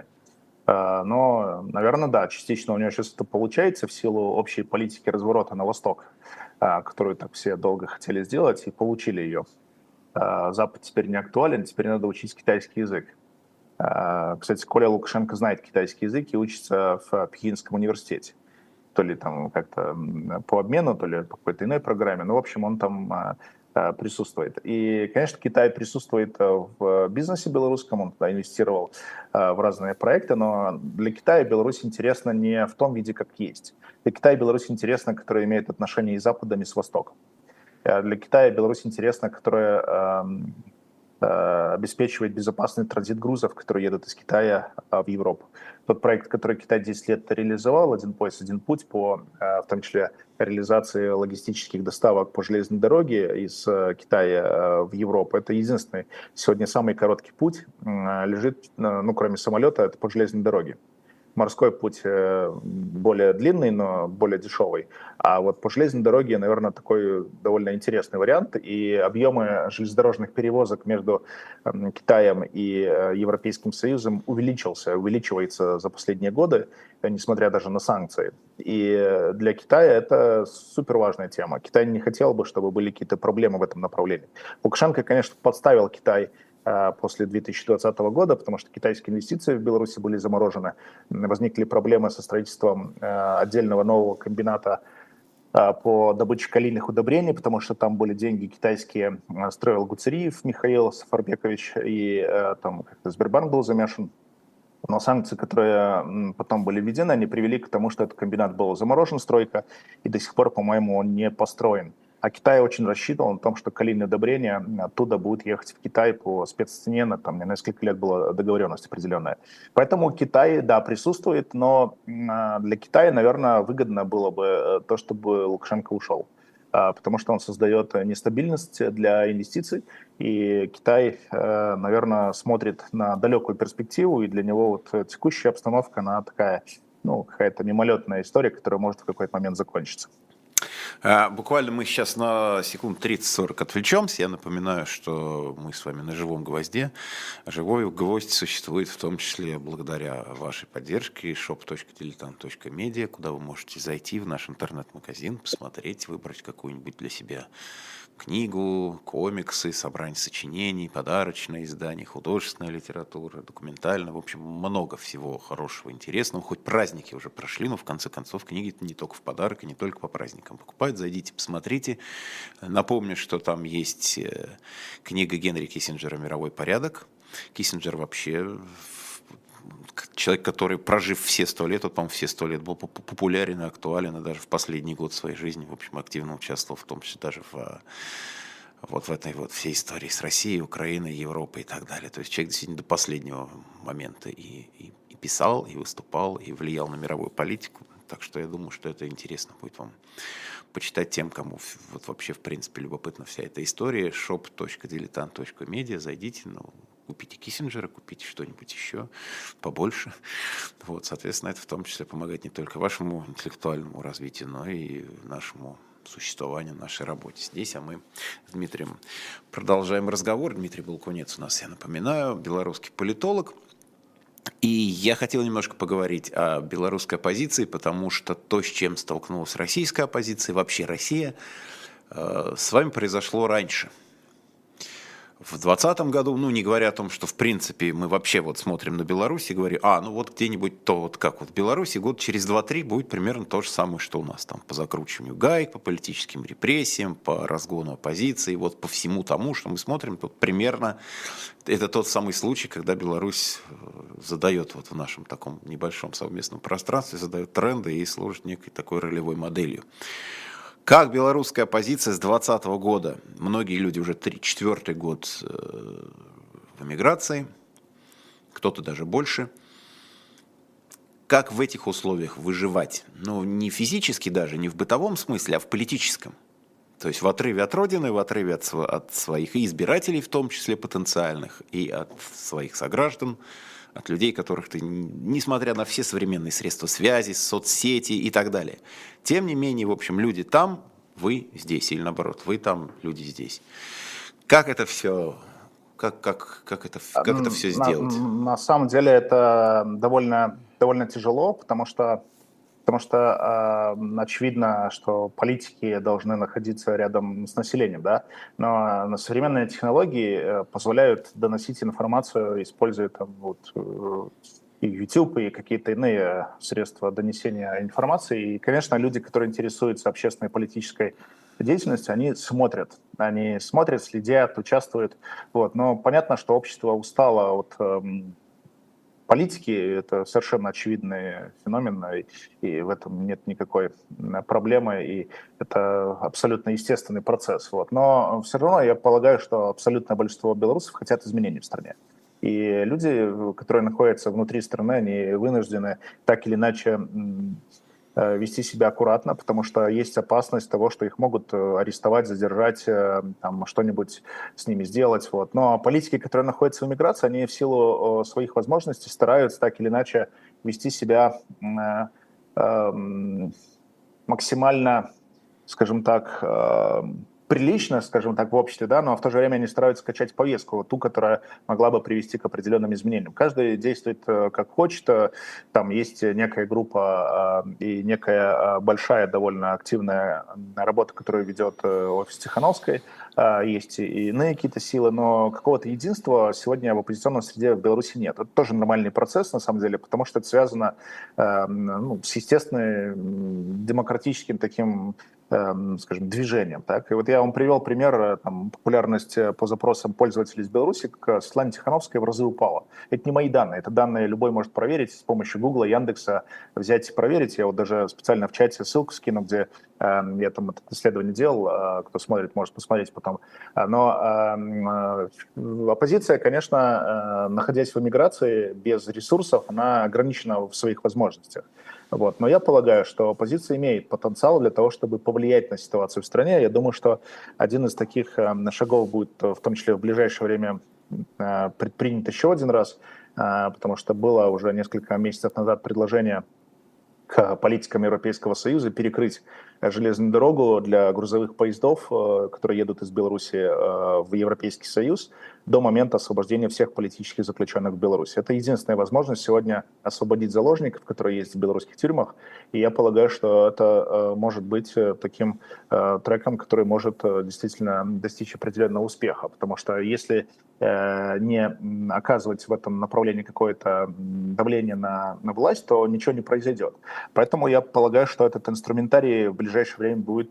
Но, наверное, да, частично у него сейчас это получается в силу общей политики разворота на восток, которую так все долго хотели сделать и получили ее. Запад теперь не актуален, теперь надо учить китайский язык. Кстати, Коля Лукашенко знает китайский язык и учится в Пекинском университете. То ли там как-то по обмену, то ли по какой-то иной программе. Ну, в общем, он там присутствует. И, конечно, Китай присутствует в бизнесе белорусском, он туда инвестировал в разные проекты, но для Китая Беларусь интересна не в том виде, как есть. Для Китая Беларусь интересна, которая имеет отношение и с Западом, и с Востоком. Для Китая Беларусь интересна, которая обеспечивает безопасный транзит грузов, которые едут из Китая в Европу. Тот проект, который Китай 10 лет реализовал, «Один пояс, один путь», по, в том числе, реализации логистических доставок по железной дороге из Китая в Европу, это единственный сегодня самый короткий путь, лежит, ну, кроме самолета, это по железной дороге. Морской путь более длинный, но более дешевый. А вот по железной дороге, наверное, такой довольно интересный вариант. И объемы железнодорожных перевозок между Китаем и Европейским Союзом увеличивается за последние годы, несмотря даже на санкции. И для Китая это супер важная тема. Китай не хотел бы, чтобы были какие-то проблемы в этом направлении. Лукашенко, конечно, подставил Китай после 2020 года, потому что китайские инвестиции в Беларуси были заморожены. Возникли проблемы со строительством отдельного нового комбината по добыче калийных удобрений, потому что там были деньги китайские, строил Гуцериев Михаил Сафарбекович, и там как-то Сбербанк был замешан. Но санкции, которые потом были введены, они привели к тому, что этот комбинат был заморожен, стройка, и до сих пор, по-моему, он не построен. А Китай очень рассчитывал на том, что калийные удобрения оттуда будут ехать в Китай по спеццене, там на несколько лет была договоренность определенная. Поэтому Китай, да, присутствует, но для Китая, наверное, выгодно было бы то, чтобы Лукашенко ушел, потому что он создает нестабильность для инвестиций, и Китай, наверное, смотрит на далекую перспективу, и для него вот текущая обстановка, она такая, ну, какая-то мимолетная история, которая может в какой-то момент закончиться. Буквально мы сейчас на секунд 30-40 отвлечемся. Я напоминаю, что мы с вами на «Живом гвозде». «Живой гвоздь» существует в том числе благодаря вашей поддержке shop.diletant.media, куда вы можете зайти в наш интернет-магазин, посмотреть, выбрать какую-нибудь для себя книгу, комиксы, собрание сочинений, подарочное издание, художественная литература, документальная. В общем, много всего хорошего, интересного. Хоть праздники уже прошли, но в конце концов книги не только в подарок и не только по праздникам покупают. Зайдите, посмотрите. Напомню, что там есть книга Генри Киссинджера «Мировой порядок». Киссинджер вообще человек, который, прожив все 100 лет, вот, по-моему, все 100 лет был популярен и актуален, и даже в последний год своей жизни, в общем, активно участвовал, в том числе даже вот в этой вот всей истории с Россией, Украиной, Европой и так далее. То есть человек действительно до последнего момента и писал, и выступал, и влиял на мировую политику. Так что я думаю, что это интересно будет вам почитать тем, кому вот вообще, в принципе, любопытна вся эта история. shop.diletant.media. Зайдите, купите Киссинджера, купите что-нибудь еще побольше. Вот, соответственно, это в том числе помогает не только вашему интеллектуальному развитию, но и нашему существованию, нашей работе здесь. А мы с Дмитрием продолжаем разговор. Дмитрий Балкунец у нас, я напоминаю, белорусский политолог. И я хотел немножко поговорить о белорусской оппозиции, потому что то, с чем столкнулась российская оппозиция, вообще Россия, с вами произошло раньше. В 2020 году, не говоря о том, что в принципе мы вообще вот смотрим на Беларусь и говорим, вот где-нибудь то, вот как вот в Беларуси, год через 2-3 будет примерно то же самое, что у нас там по закручиванию гаек, по политическим репрессиям, по разгону оппозиции, вот по всему тому, что мы смотрим, тут примерно это тот самый случай, когда Беларусь задает вот в нашем таком небольшом совместном пространстве, задает тренды и служит некой такой ролевой моделью. Как белорусская оппозиция с 2020 года, многие люди уже 4-й год в эмиграции, кто-то даже больше, как в этих условиях выживать? Не физически даже, не в бытовом смысле, а в политическом. То есть в отрыве от Родины, в отрыве от своих избирателей, в том числе потенциальных, и от своих сограждан, от людей, которых ты, несмотря на все современные средства связи, соцсети и так далее. Тем не менее, в общем, люди там, вы здесь, или наоборот, вы там, люди здесь. Как это все, как это все сделать? На самом деле это довольно тяжело, потому что очевидно, что политики должны находиться рядом с населением, да. Но современные технологии позволяют доносить информацию, используя и YouTube, и какие-то иные средства донесения информации. И, конечно, люди, которые интересуются общественной политической деятельностью, они смотрят, следят, участвуют. Вот. Но понятно, что общество устало от политики, это совершенно очевидный феномен, и в этом нет никакой проблемы, и это абсолютно естественный процесс. Вот. Но все равно я полагаю, что абсолютное большинство белорусов хотят изменений в стране. И люди, которые находятся внутри страны, они вынуждены так или иначе вести себя аккуратно, потому что есть опасность того, что их могут арестовать, задержать, там, что-нибудь с ними сделать. Вот. Но политики, которые находятся в эмиграции, они в силу своих возможностей стараются так или иначе вести себя максимально, скажем так, прилично, скажем так, в обществе, да, но в то же время они стараются качать повестку, ту, которая могла бы привести к определенным изменениям. Каждый действует как хочет, там есть некая группа и некая большая, довольно активная работа, которую ведет офис Тихановской, есть и иные какие-то силы, но какого-то единства сегодня в оппозиционной среде в Беларуси нет. Это тоже нормальный процесс, на самом деле, потому что это связано с естественным демократическим таким, скажем, движением. Так? И вот я вам привел пример, популярность по запросам пользователей из Беларуси к Светлане Тихановской в разы упала. Это не мои данные, это данные любой может проверить с помощью Гугла, Яндекса, взять и проверить. Я вот даже специально в чате ссылку скину, где я там это исследование делал, кто смотрит, может посмотреть потом. Но оппозиция, конечно, находясь в эмиграции без ресурсов, она ограничена в своих возможностях. Вот. Но я полагаю, что оппозиция имеет потенциал для того, чтобы повлиять на ситуацию в стране. Я думаю, что один из таких шагов будет в том числе в ближайшее время предпринят еще один раз, потому что было уже несколько месяцев назад предложение к политикам Европейского Союза перекрыть железную дорогу для грузовых поездов, которые едут из Беларуси в Европейский Союз, до момента освобождения всех политических заключенных в Беларуси. Это единственная возможность сегодня освободить заложников, которые есть в белорусских тюрьмах, и я полагаю, что это может быть таким треком, который может действительно достичь определенного успеха, потому что если не оказывать в этом направлении какое-то давление на власть, то ничего не произойдет. Поэтому я полагаю, что этот инструментарий в ближайшее время будет,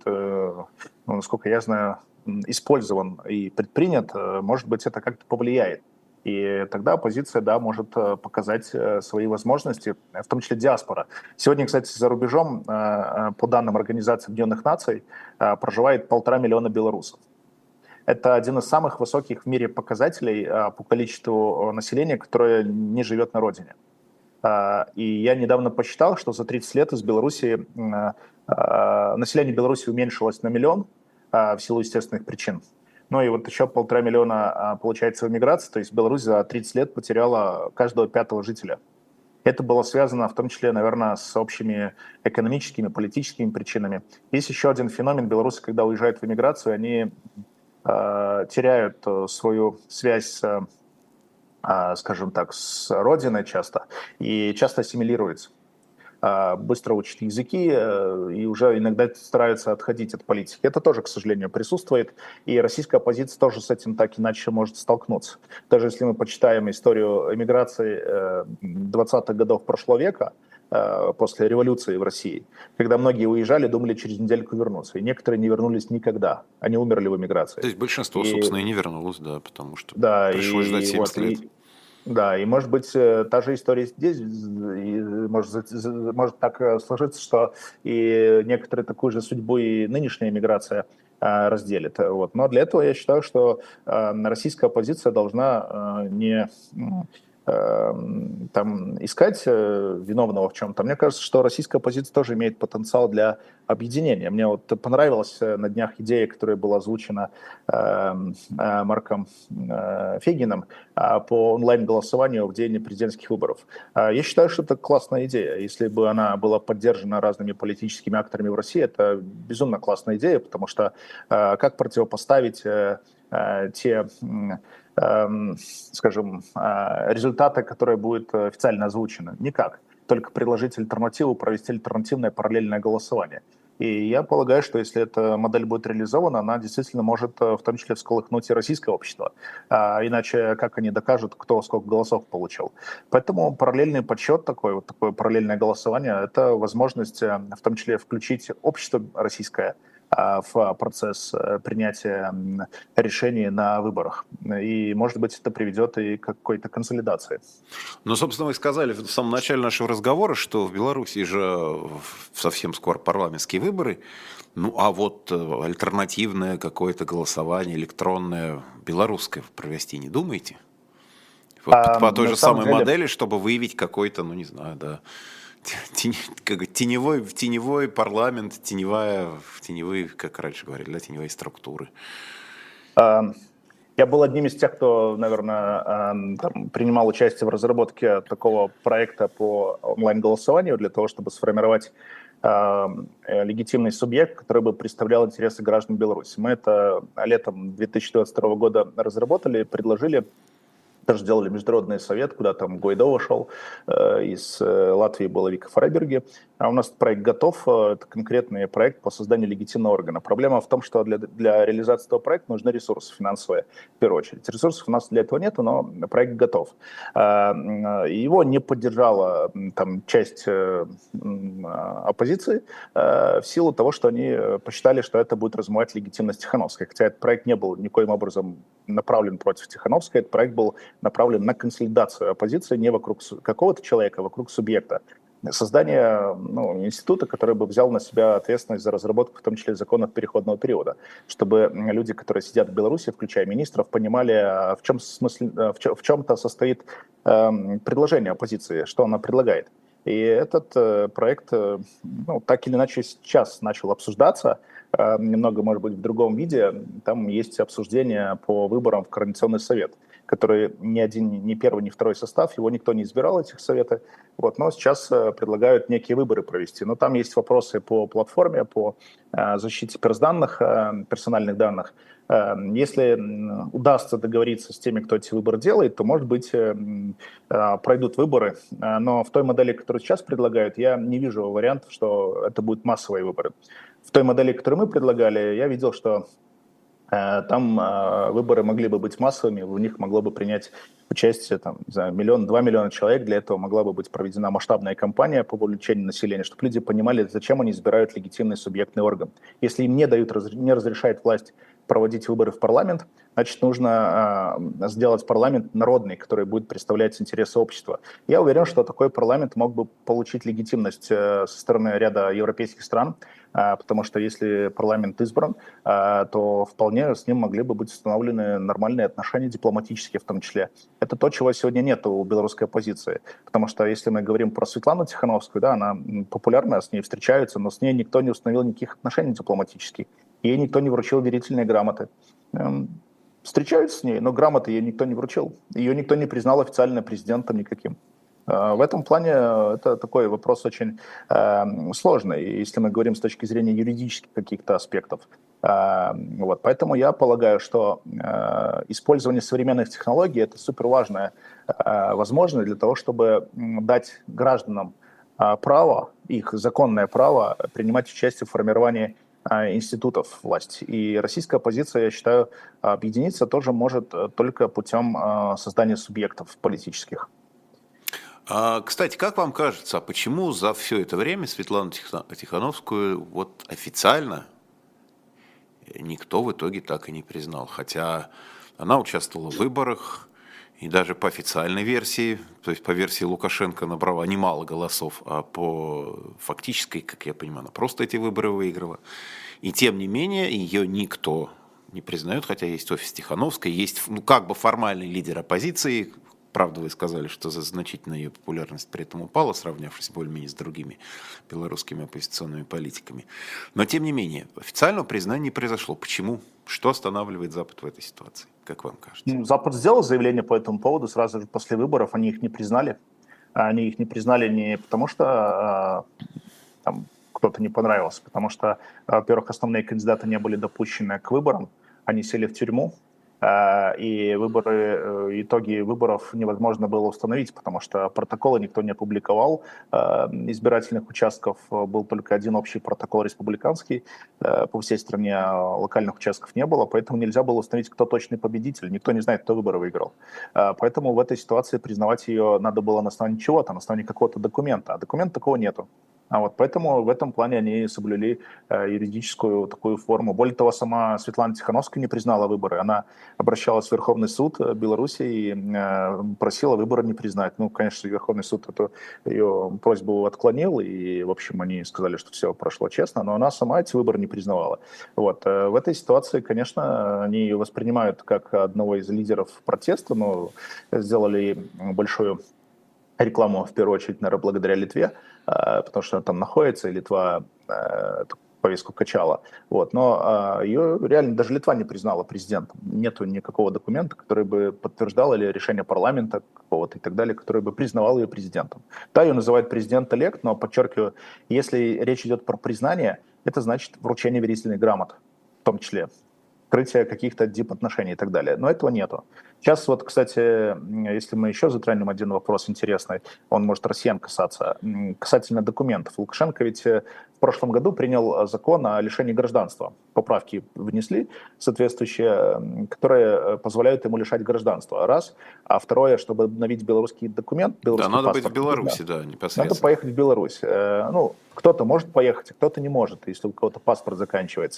насколько я знаю, использован и предпринят. Может быть, это как-то повлияет И тогда оппозиция, да, может показать свои возможности, в том числе диаспора. Сегодня, кстати, за рубежом, по данным Организации Объединенных Наций, проживает 1,5 миллиона белорусов. Это один из самых высоких в мире показателей по количеству населения, которое не живет на родине. И я недавно посчитал, что за 30 лет из Беларуси население Беларуси уменьшилось на 1 миллион в силу естественных причин. Ну и вот еще 1,5 миллиона получается в эмиграции, то есть Беларусь за 30 лет потеряла каждого 5-го жителя. Это было связано в том числе, наверное, с общими экономическими, политическими причинами. Есть еще один феномен: белорусы, когда уезжают в эмиграцию, они теряют свою связь, скажем так, с родиной часто, и часто ассимилируются. Быстро учат языки и уже иногда стараются отходить от политики. Это тоже, к сожалению, присутствует, и российская оппозиция тоже с этим так иначе может столкнуться. Даже если мы почитаем историю эмиграции 20-х годов прошлого века, после революции в России, когда многие уезжали, думали через недельку вернуться, и некоторые не вернулись никогда, они умерли в эмиграции. То есть большинство, собственно, и не вернулось, да, потому что да, пришлось ждать 70 лет. Да, и может быть та же история здесь, и может так сложиться, что и некоторые такую же судьбу и нынешняя миграция разделит. Вот. Но для этого я считаю, что российская оппозиция должна не искать виновного в чем-то. Мне кажется, что российская оппозиция тоже имеет потенциал для объединения. Мне вот понравилась на днях идея, которая была озвучена Марком Фейгином по онлайн-голосованию в день президентских выборов. Я считаю, что это классная идея. Если бы она была поддержана разными политическими акторами в России, это безумно классная идея, потому что как противопоставить те, скажем, результаты, которые будут официально озвучены? Никак. Только предложить альтернативу, провести альтернативное параллельное голосование. И я полагаю, что если эта модель будет реализована, она действительно может в том числе всколыхнуть и российское общество. Иначе как они докажут, кто сколько голосов получил? Поэтому параллельный подсчет такое параллельное голосование, это возможность в том числе включить общество российское в процесс принятия решений на выборах. И, может быть, это приведет и к какой-то консолидации. Ну, собственно, вы сказали в самом начале нашего разговора, что в Беларуси же совсем скоро парламентские выборы. Ну, а вот альтернативное какое-то голосование электронное белорусское провести не думаете? Вот по той же самой модели, чтобы выявить какой-то, ну, не знаю, да, теневой парламент, теневые, как раньше говорили, да, теневые структуры. Я был одним из тех, кто, наверное, принимал участие в разработке такого проекта по онлайн-голосованию для того, чтобы сформировать легитимный субъект, который бы представлял интересы граждан Беларуси. Мы это летом 2022 года разработали, предложили. Даже сделали международный совет, куда там Гуайдо вошел, из Латвии была Вика Фрайберги. А у нас проект готов, это конкретный проект по созданию легитимного органа. Проблема в том, что для реализации этого проекта нужны ресурсы финансовые, в первую очередь. Ресурсов у нас для этого нету, но проект готов. Его не поддержала там часть оппозиции в силу того, что они посчитали, что это будет размывать легитимность Тихановской. Хотя этот проект не был никоим образом направлен против Тихановской, этот проект был направлен на консолидацию оппозиции не вокруг какого-то человека, а вокруг субъекта. Создание института, который бы взял на себя ответственность за разработку, в том числе законов переходного периода, чтобы люди, которые сидят в Беларуси, включая министров, понимали, в чем-то состоит предложение оппозиции, что она предлагает. И этот проект, так или иначе, сейчас начал обсуждаться, немного, может быть, в другом виде. Там есть обсуждение по выборам в Координационный совет, который ни первый, ни второй состав, его никто не избирал, этих советов. Но сейчас предлагают некие выборы провести. Но там есть вопросы по платформе, по защите персональных данных. Если удастся договориться с теми, кто эти выборы делает, то, может быть, пройдут выборы. Но в той модели, которую сейчас предлагают, я не вижу вариантов, что это будут массовые выборы. В той модели, которую мы предлагали, я видел, что там выборы могли бы быть массовыми, в них могло бы принять участие 1-2 миллиона человек. Для этого могла бы быть проведена масштабная кампания по вовлечению населения, чтобы люди понимали, зачем они избирают легитимный субъектный орган. Если им не разрешает власть проводить выборы в парламент, значит, нужно сделать парламент народный, который будет представлять интересы общества. Я уверен, что такой парламент мог бы получить легитимность со стороны ряда европейских стран, потому что если парламент избран, то вполне с ним могли бы быть установлены нормальные отношения, дипломатические в том числе. Это то, чего сегодня нет у белорусской оппозиции. Потому что если мы говорим про Светлану Тихановскую, да, она популярна, с ней встречаются, но с ней никто не установил никаких отношений дипломатических. Ей никто не вручил верительные грамоты. Встречаются с ней, но грамоты ей никто не вручил. Ее никто не признал официально президентом никаким. В этом плане это такой вопрос очень сложный, если мы говорим с точки зрения юридических каких-то аспектов. Вот. Поэтому я полагаю, что использование современных технологий – это суперважная возможность для того, чтобы дать гражданам право, их законное право принимать участие в формировании институтов власти. И российская оппозиция, я считаю, объединиться тоже может только путем создания субъектов политических. Кстати, как вам кажется, почему за все это время Светлану Тихановскую вот официально никто в итоге так и не признал? Хотя она участвовала в выборах, и даже по официальной версии, то есть по версии Лукашенко, набрала немало голосов, а по фактической, как я понимаю, она просто эти выборы выиграла. И тем не менее ее никто не признает, хотя есть офис Тихановской, есть как бы формальный лидер оппозиции. Правда, вы сказали, что значительно ее популярность при этом упала, сравнявшись более-менее с другими белорусскими оппозиционными политиками. Но, тем не менее, официального признания не произошло. Почему? Что останавливает Запад в этой ситуации, как вам кажется? Запад сделал заявление по этому поводу сразу же после выборов. Они их не признали. Они их не признали не потому, что там кто-то не понравился, потому что, во-первых, основные кандидаты не были допущены к выборам. Они сели в тюрьму. И итоги выборов невозможно было установить, потому что протоколы никто не опубликовал избирательных участков. Был только один общий протокол республиканский. По всей стране локальных участков не было, поэтому нельзя было установить, кто точный победитель. Никто не знает, кто выборы выиграл. Поэтому в этой ситуации признавать ее надо было на основании чего-то, на основании какого-то документа. А документа такого нету. Поэтому в этом плане они соблюли юридическую такую форму. Более того, сама Светлана Тихановская не признала выборы. Она обращалась в Верховный суд Беларуси и просила выборы не признать. Конечно, Верховный суд эту ее просьбу отклонил, и, в общем, они сказали, что все прошло честно, но она сама эти выборы не признавала. В этой ситуации, конечно, они ее воспринимают как одного из лидеров протеста, но сделали большую рекламу, в первую очередь, наверное, благодаря Литве, потому что она там находится, и Литва повестку качала. Но ее реально даже Литва не признала президентом. Нету никакого документа, который бы подтверждал, или решение парламента какого-то и так далее, который бы признавал ее президентом. Да, ее называют президент-элект, но, подчеркиваю, если речь идет про признание, это значит вручение верительных грамот, в том числе открытие каких-то дипотношений и так далее. Но этого нету. Сейчас кстати, если мы еще затронем один вопрос интересный, он может россиян касаться, касательно документов. Лукашенко ведь в прошлом году принял закон о лишении гражданства. Поправки внесли соответствующие, которые позволяют ему лишать гражданства. Раз. А второе, чтобы обновить белорусский документ, белорусский надо паспорт, быть в Беларуси, непосредственно. Надо поехать в Беларусь. Кто-то может поехать, а кто-то не может, если у кого-то паспорт заканчивается.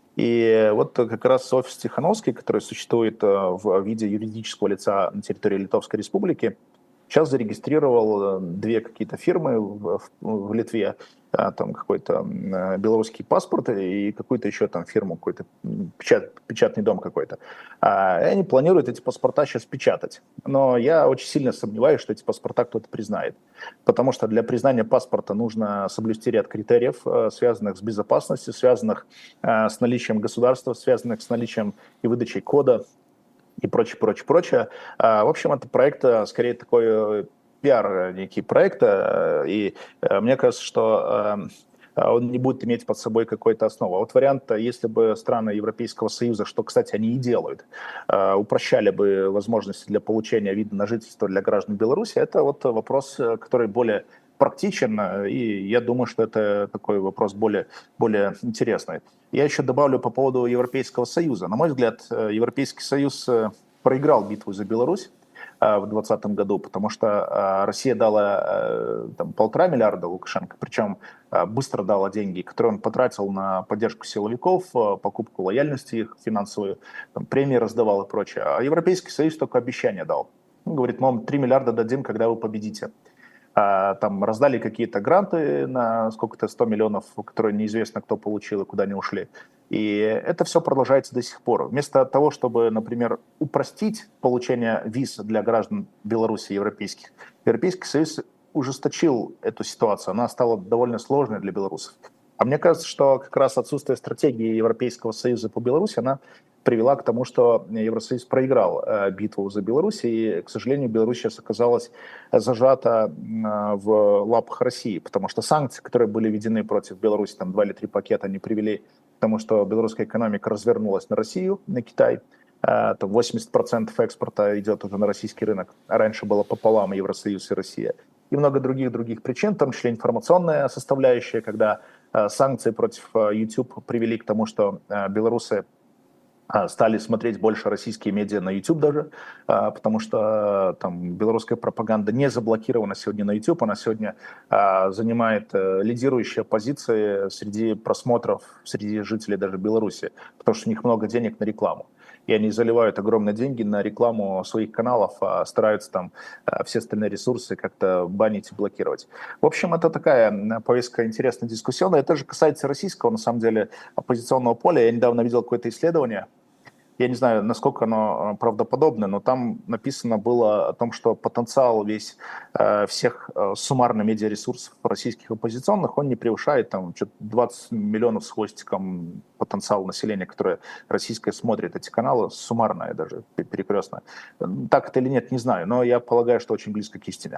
И как раз офис Тихановской, который существует в виде юридического лица на территории Литовской Республики, сейчас зарегистрировал две какие-то фирмы в Литве, там какой-то белорусский паспорт и какую-то еще там фирму, какой-то печатный дом какой-то. И они планируют эти паспорта сейчас печатать. Но я очень сильно сомневаюсь, что эти паспорта кто-то признает. Потому что для признания паспорта нужно соблюсти ряд критериев, связанных с безопасностью, связанных с наличием государства, связанных с наличием и выдачей кода, и прочее, прочее, прочее. В общем, это проект, скорее, такой пиар, некий проект, и мне кажется, что он не будет иметь под собой какой-то основы. А вариант, если бы страны Европейского Союза, что, кстати, они и делают, упрощали бы возможности для получения вида на жительство для граждан Беларуси, это вопрос, который более практичен, и я думаю, что это такой вопрос более интересный. Я еще добавлю по поводу Европейского Союза. На мой взгляд, Европейский Союз проиграл битву за Беларусь. в 2020 году, потому что Россия дала там 1,5 миллиарда Лукашенко, причем быстро дала деньги, которые он потратил на поддержку силовиков, покупку лояльности их финансовую, там, премии раздавал и прочее. А Европейский Союз только обещание дал. Он говорит, мол, 3 миллиарда дадим, когда вы победите. Там раздали какие-то гранты на сколько-то 100 миллионов, которые неизвестно, кто получил и куда они ушли. И это все продолжается до сих пор. Вместо того, чтобы, например, упростить получение виз для граждан Беларуси европейских, Европейский Союз ужесточил эту ситуацию. Она стала довольно сложной для белорусов. А мне кажется, что как раз отсутствие стратегии Европейского Союза по Беларуси, она привела к тому, что Евросоюз проиграл битву за Беларусь, и, к сожалению, Беларусь сейчас оказалась зажата в лапах России, потому что санкции, которые были введены против Беларуси, там 2 или 3 пакета, они привели к тому, что белорусская экономика развернулась на Россию, на Китай. Там 80% экспорта идет уже на российский рынок, а раньше было пополам Евросоюз и Россия. И много других причин, в том числе информационная составляющая, когда санкции против YouTube привели к тому, что белорусы стали смотреть больше российские медиа на YouTube даже, потому что там белорусская пропаганда не заблокирована сегодня на YouTube, она сегодня занимает лидирующие позиции среди просмотров, среди жителей даже Беларуси, потому что у них много денег на рекламу. И они заливают огромные деньги на рекламу своих каналов, стараются там все остальные ресурсы как-то банить и блокировать. В общем, это такая повестка интересная, дискуссионная. Это же касается российского, на самом деле, оппозиционного поля. Я недавно видел какое-то исследование. Я не знаю, насколько оно правдоподобно, но там написано было о том, что потенциал весь всех суммарно медиаресурсов российских оппозиционных, он не превышает там 20 миллионов с хвостиком потенциал населения, которое российское смотрит эти каналы, суммарное даже, перекрестно. Так это или нет, не знаю, но я полагаю, что очень близко к истине.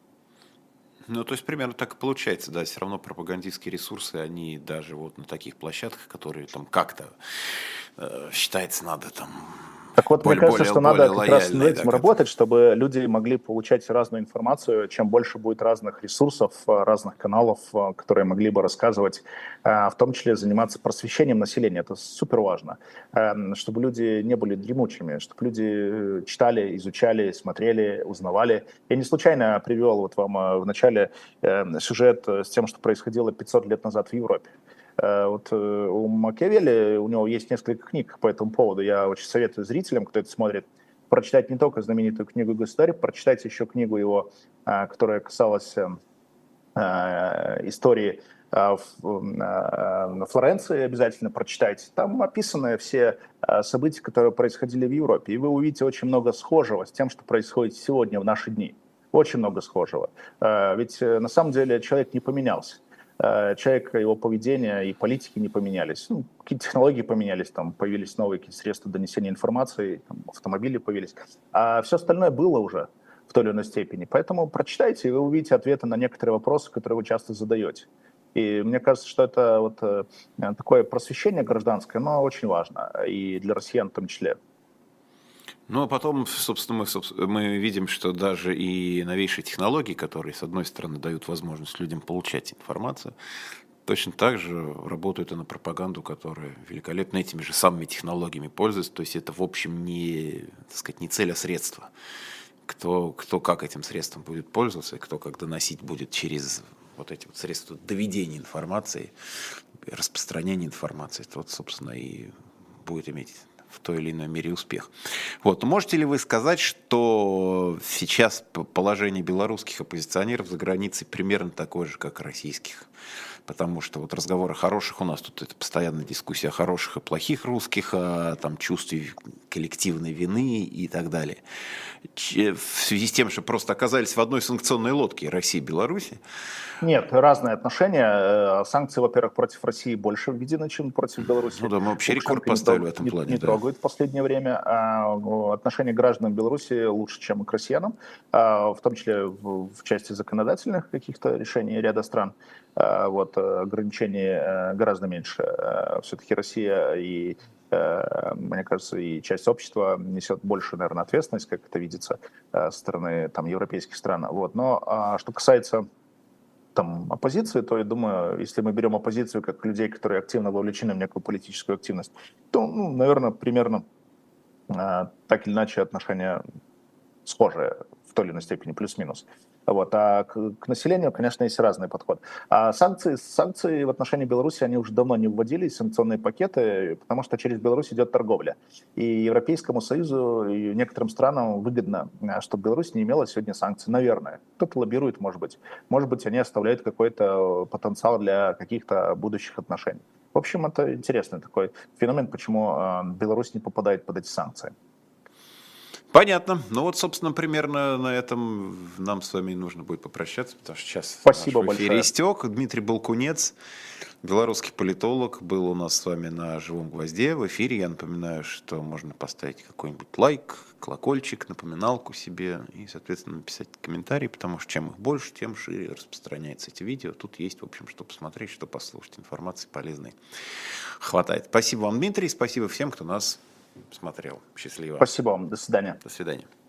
Ну, то есть примерно так и получается, да, все равно пропагандистские ресурсы, они даже вот на таких площадках, которые там как-то считается надо там Так вот, мне кажется, что надо как раз над этим да, работать, чтобы люди могли получать разную информацию. Чем больше будет разных ресурсов, разных каналов, которые могли бы рассказывать, в том числе заниматься просвещением населения. Это супер важно. Чтобы люди не были дремучими, чтобы люди читали, изучали, смотрели, узнавали. Я не случайно привел вот вам в начале сюжет с тем, что происходило 500 лет назад в Европе. Вот у Макиавелли, у него есть несколько книг по этому поводу. Я очень советую зрителям, кто это смотрит, прочитать не только знаменитую книгу «Государь», прочитать еще книгу его, которая касалась истории на Флоренции, обязательно прочитайте. Там описаны все события, которые происходили в Европе. И вы увидите очень много схожего с тем, что происходит сегодня, в наши дни. Очень много схожего. Ведь на самом деле человек не поменялся. Человек, его поведение и политики не поменялись. Ну, какие-то технологии поменялись, там появились новые какие-то средства донесения информации, там, автомобили появились. А все остальное было уже в той или иной степени. Поэтому прочитайте, и вы увидите ответы на некоторые вопросы, которые вы часто задаете. И мне кажется, что это вот такое просвещение гражданское, но очень важно, и для россиян в том числе. Ну, а потом, собственно, мы видим, что даже и новейшие технологии, которые, с одной стороны, дают возможность людям получать информацию, точно так же работают и на пропаганду, которая великолепно этими же самыми технологиями пользуется. То есть это, в общем, не, так сказать, не цель, а средство. Кто как этим средством будет пользоваться, и кто как доносить будет через вот эти вот средства доведения информации, распространения информации, тот, собственно, и будет иметь в той или иной мере успех. Вот. Можете ли вы сказать, что сейчас положение белорусских оппозиционеров за границей примерно такое же, как российских? Потому что вот разговор о хороших, у нас тут это постоянная дискуссия о хороших и плохих русских, о там, чувстве коллективной вины и так далее. В связи с тем, что просто оказались в одной санкционной лодке России и Беларуси. Нет, разные отношения. Санкции, во-первых, против России больше введены, чем против Беларуси. Ну да, мы вообще рекорд поставили в этом плане. Не трогают в последнее время. Отношения к гражданам Беларуси лучше, чем к россиянам, в том числе в части законодательных каких-то решений ряда стран. Вот, ограничений гораздо меньше. Все-таки Россия и, мне кажется, и часть общества несет больше, наверное, ответственность, как это видится со стороны там, европейских стран. Вот. Но что касается там, оппозиции, то я думаю, если мы берем оппозицию как людей, которые активно вовлечены в некую политическую активность, то, ну, наверное, примерно так или иначе отношения схожие в той или иной степени, плюс-минус. Вот. А к населению, конечно, есть разный подход. А санкции в отношении Беларуси, они уже давно не вводились, санкционные пакеты, потому что через Беларусь идет торговля. И Европейскому Союзу и некоторым странам выгодно, чтобы Беларусь не имела сегодня санкций. Наверное. Кто-то лоббирует, может быть. Может быть, они оставляют какой-то потенциал для каких-то будущих отношений. В общем, это интересный такой феномен, почему Беларусь не попадает под эти санкции. Понятно. Ну вот, собственно, примерно на этом нам с вами нужно будет попрощаться, потому что сейчас Спасибо наш в эфире большое. истек. Дмитрий Балкунец, белорусский политолог, был у нас с вами на «Живом гвозде» в эфире. Я напоминаю, что можно поставить какой-нибудь лайк, колокольчик, напоминалку себе и, соответственно, написать комментарий, потому что чем их больше, тем шире распространяются эти видео. Тут есть, в общем, что посмотреть, что послушать. Информации полезной хватает. Спасибо вам, Дмитрий, спасибо всем, кто нас смотрел. Счастливо. Спасибо вам. До свидания. До свидания.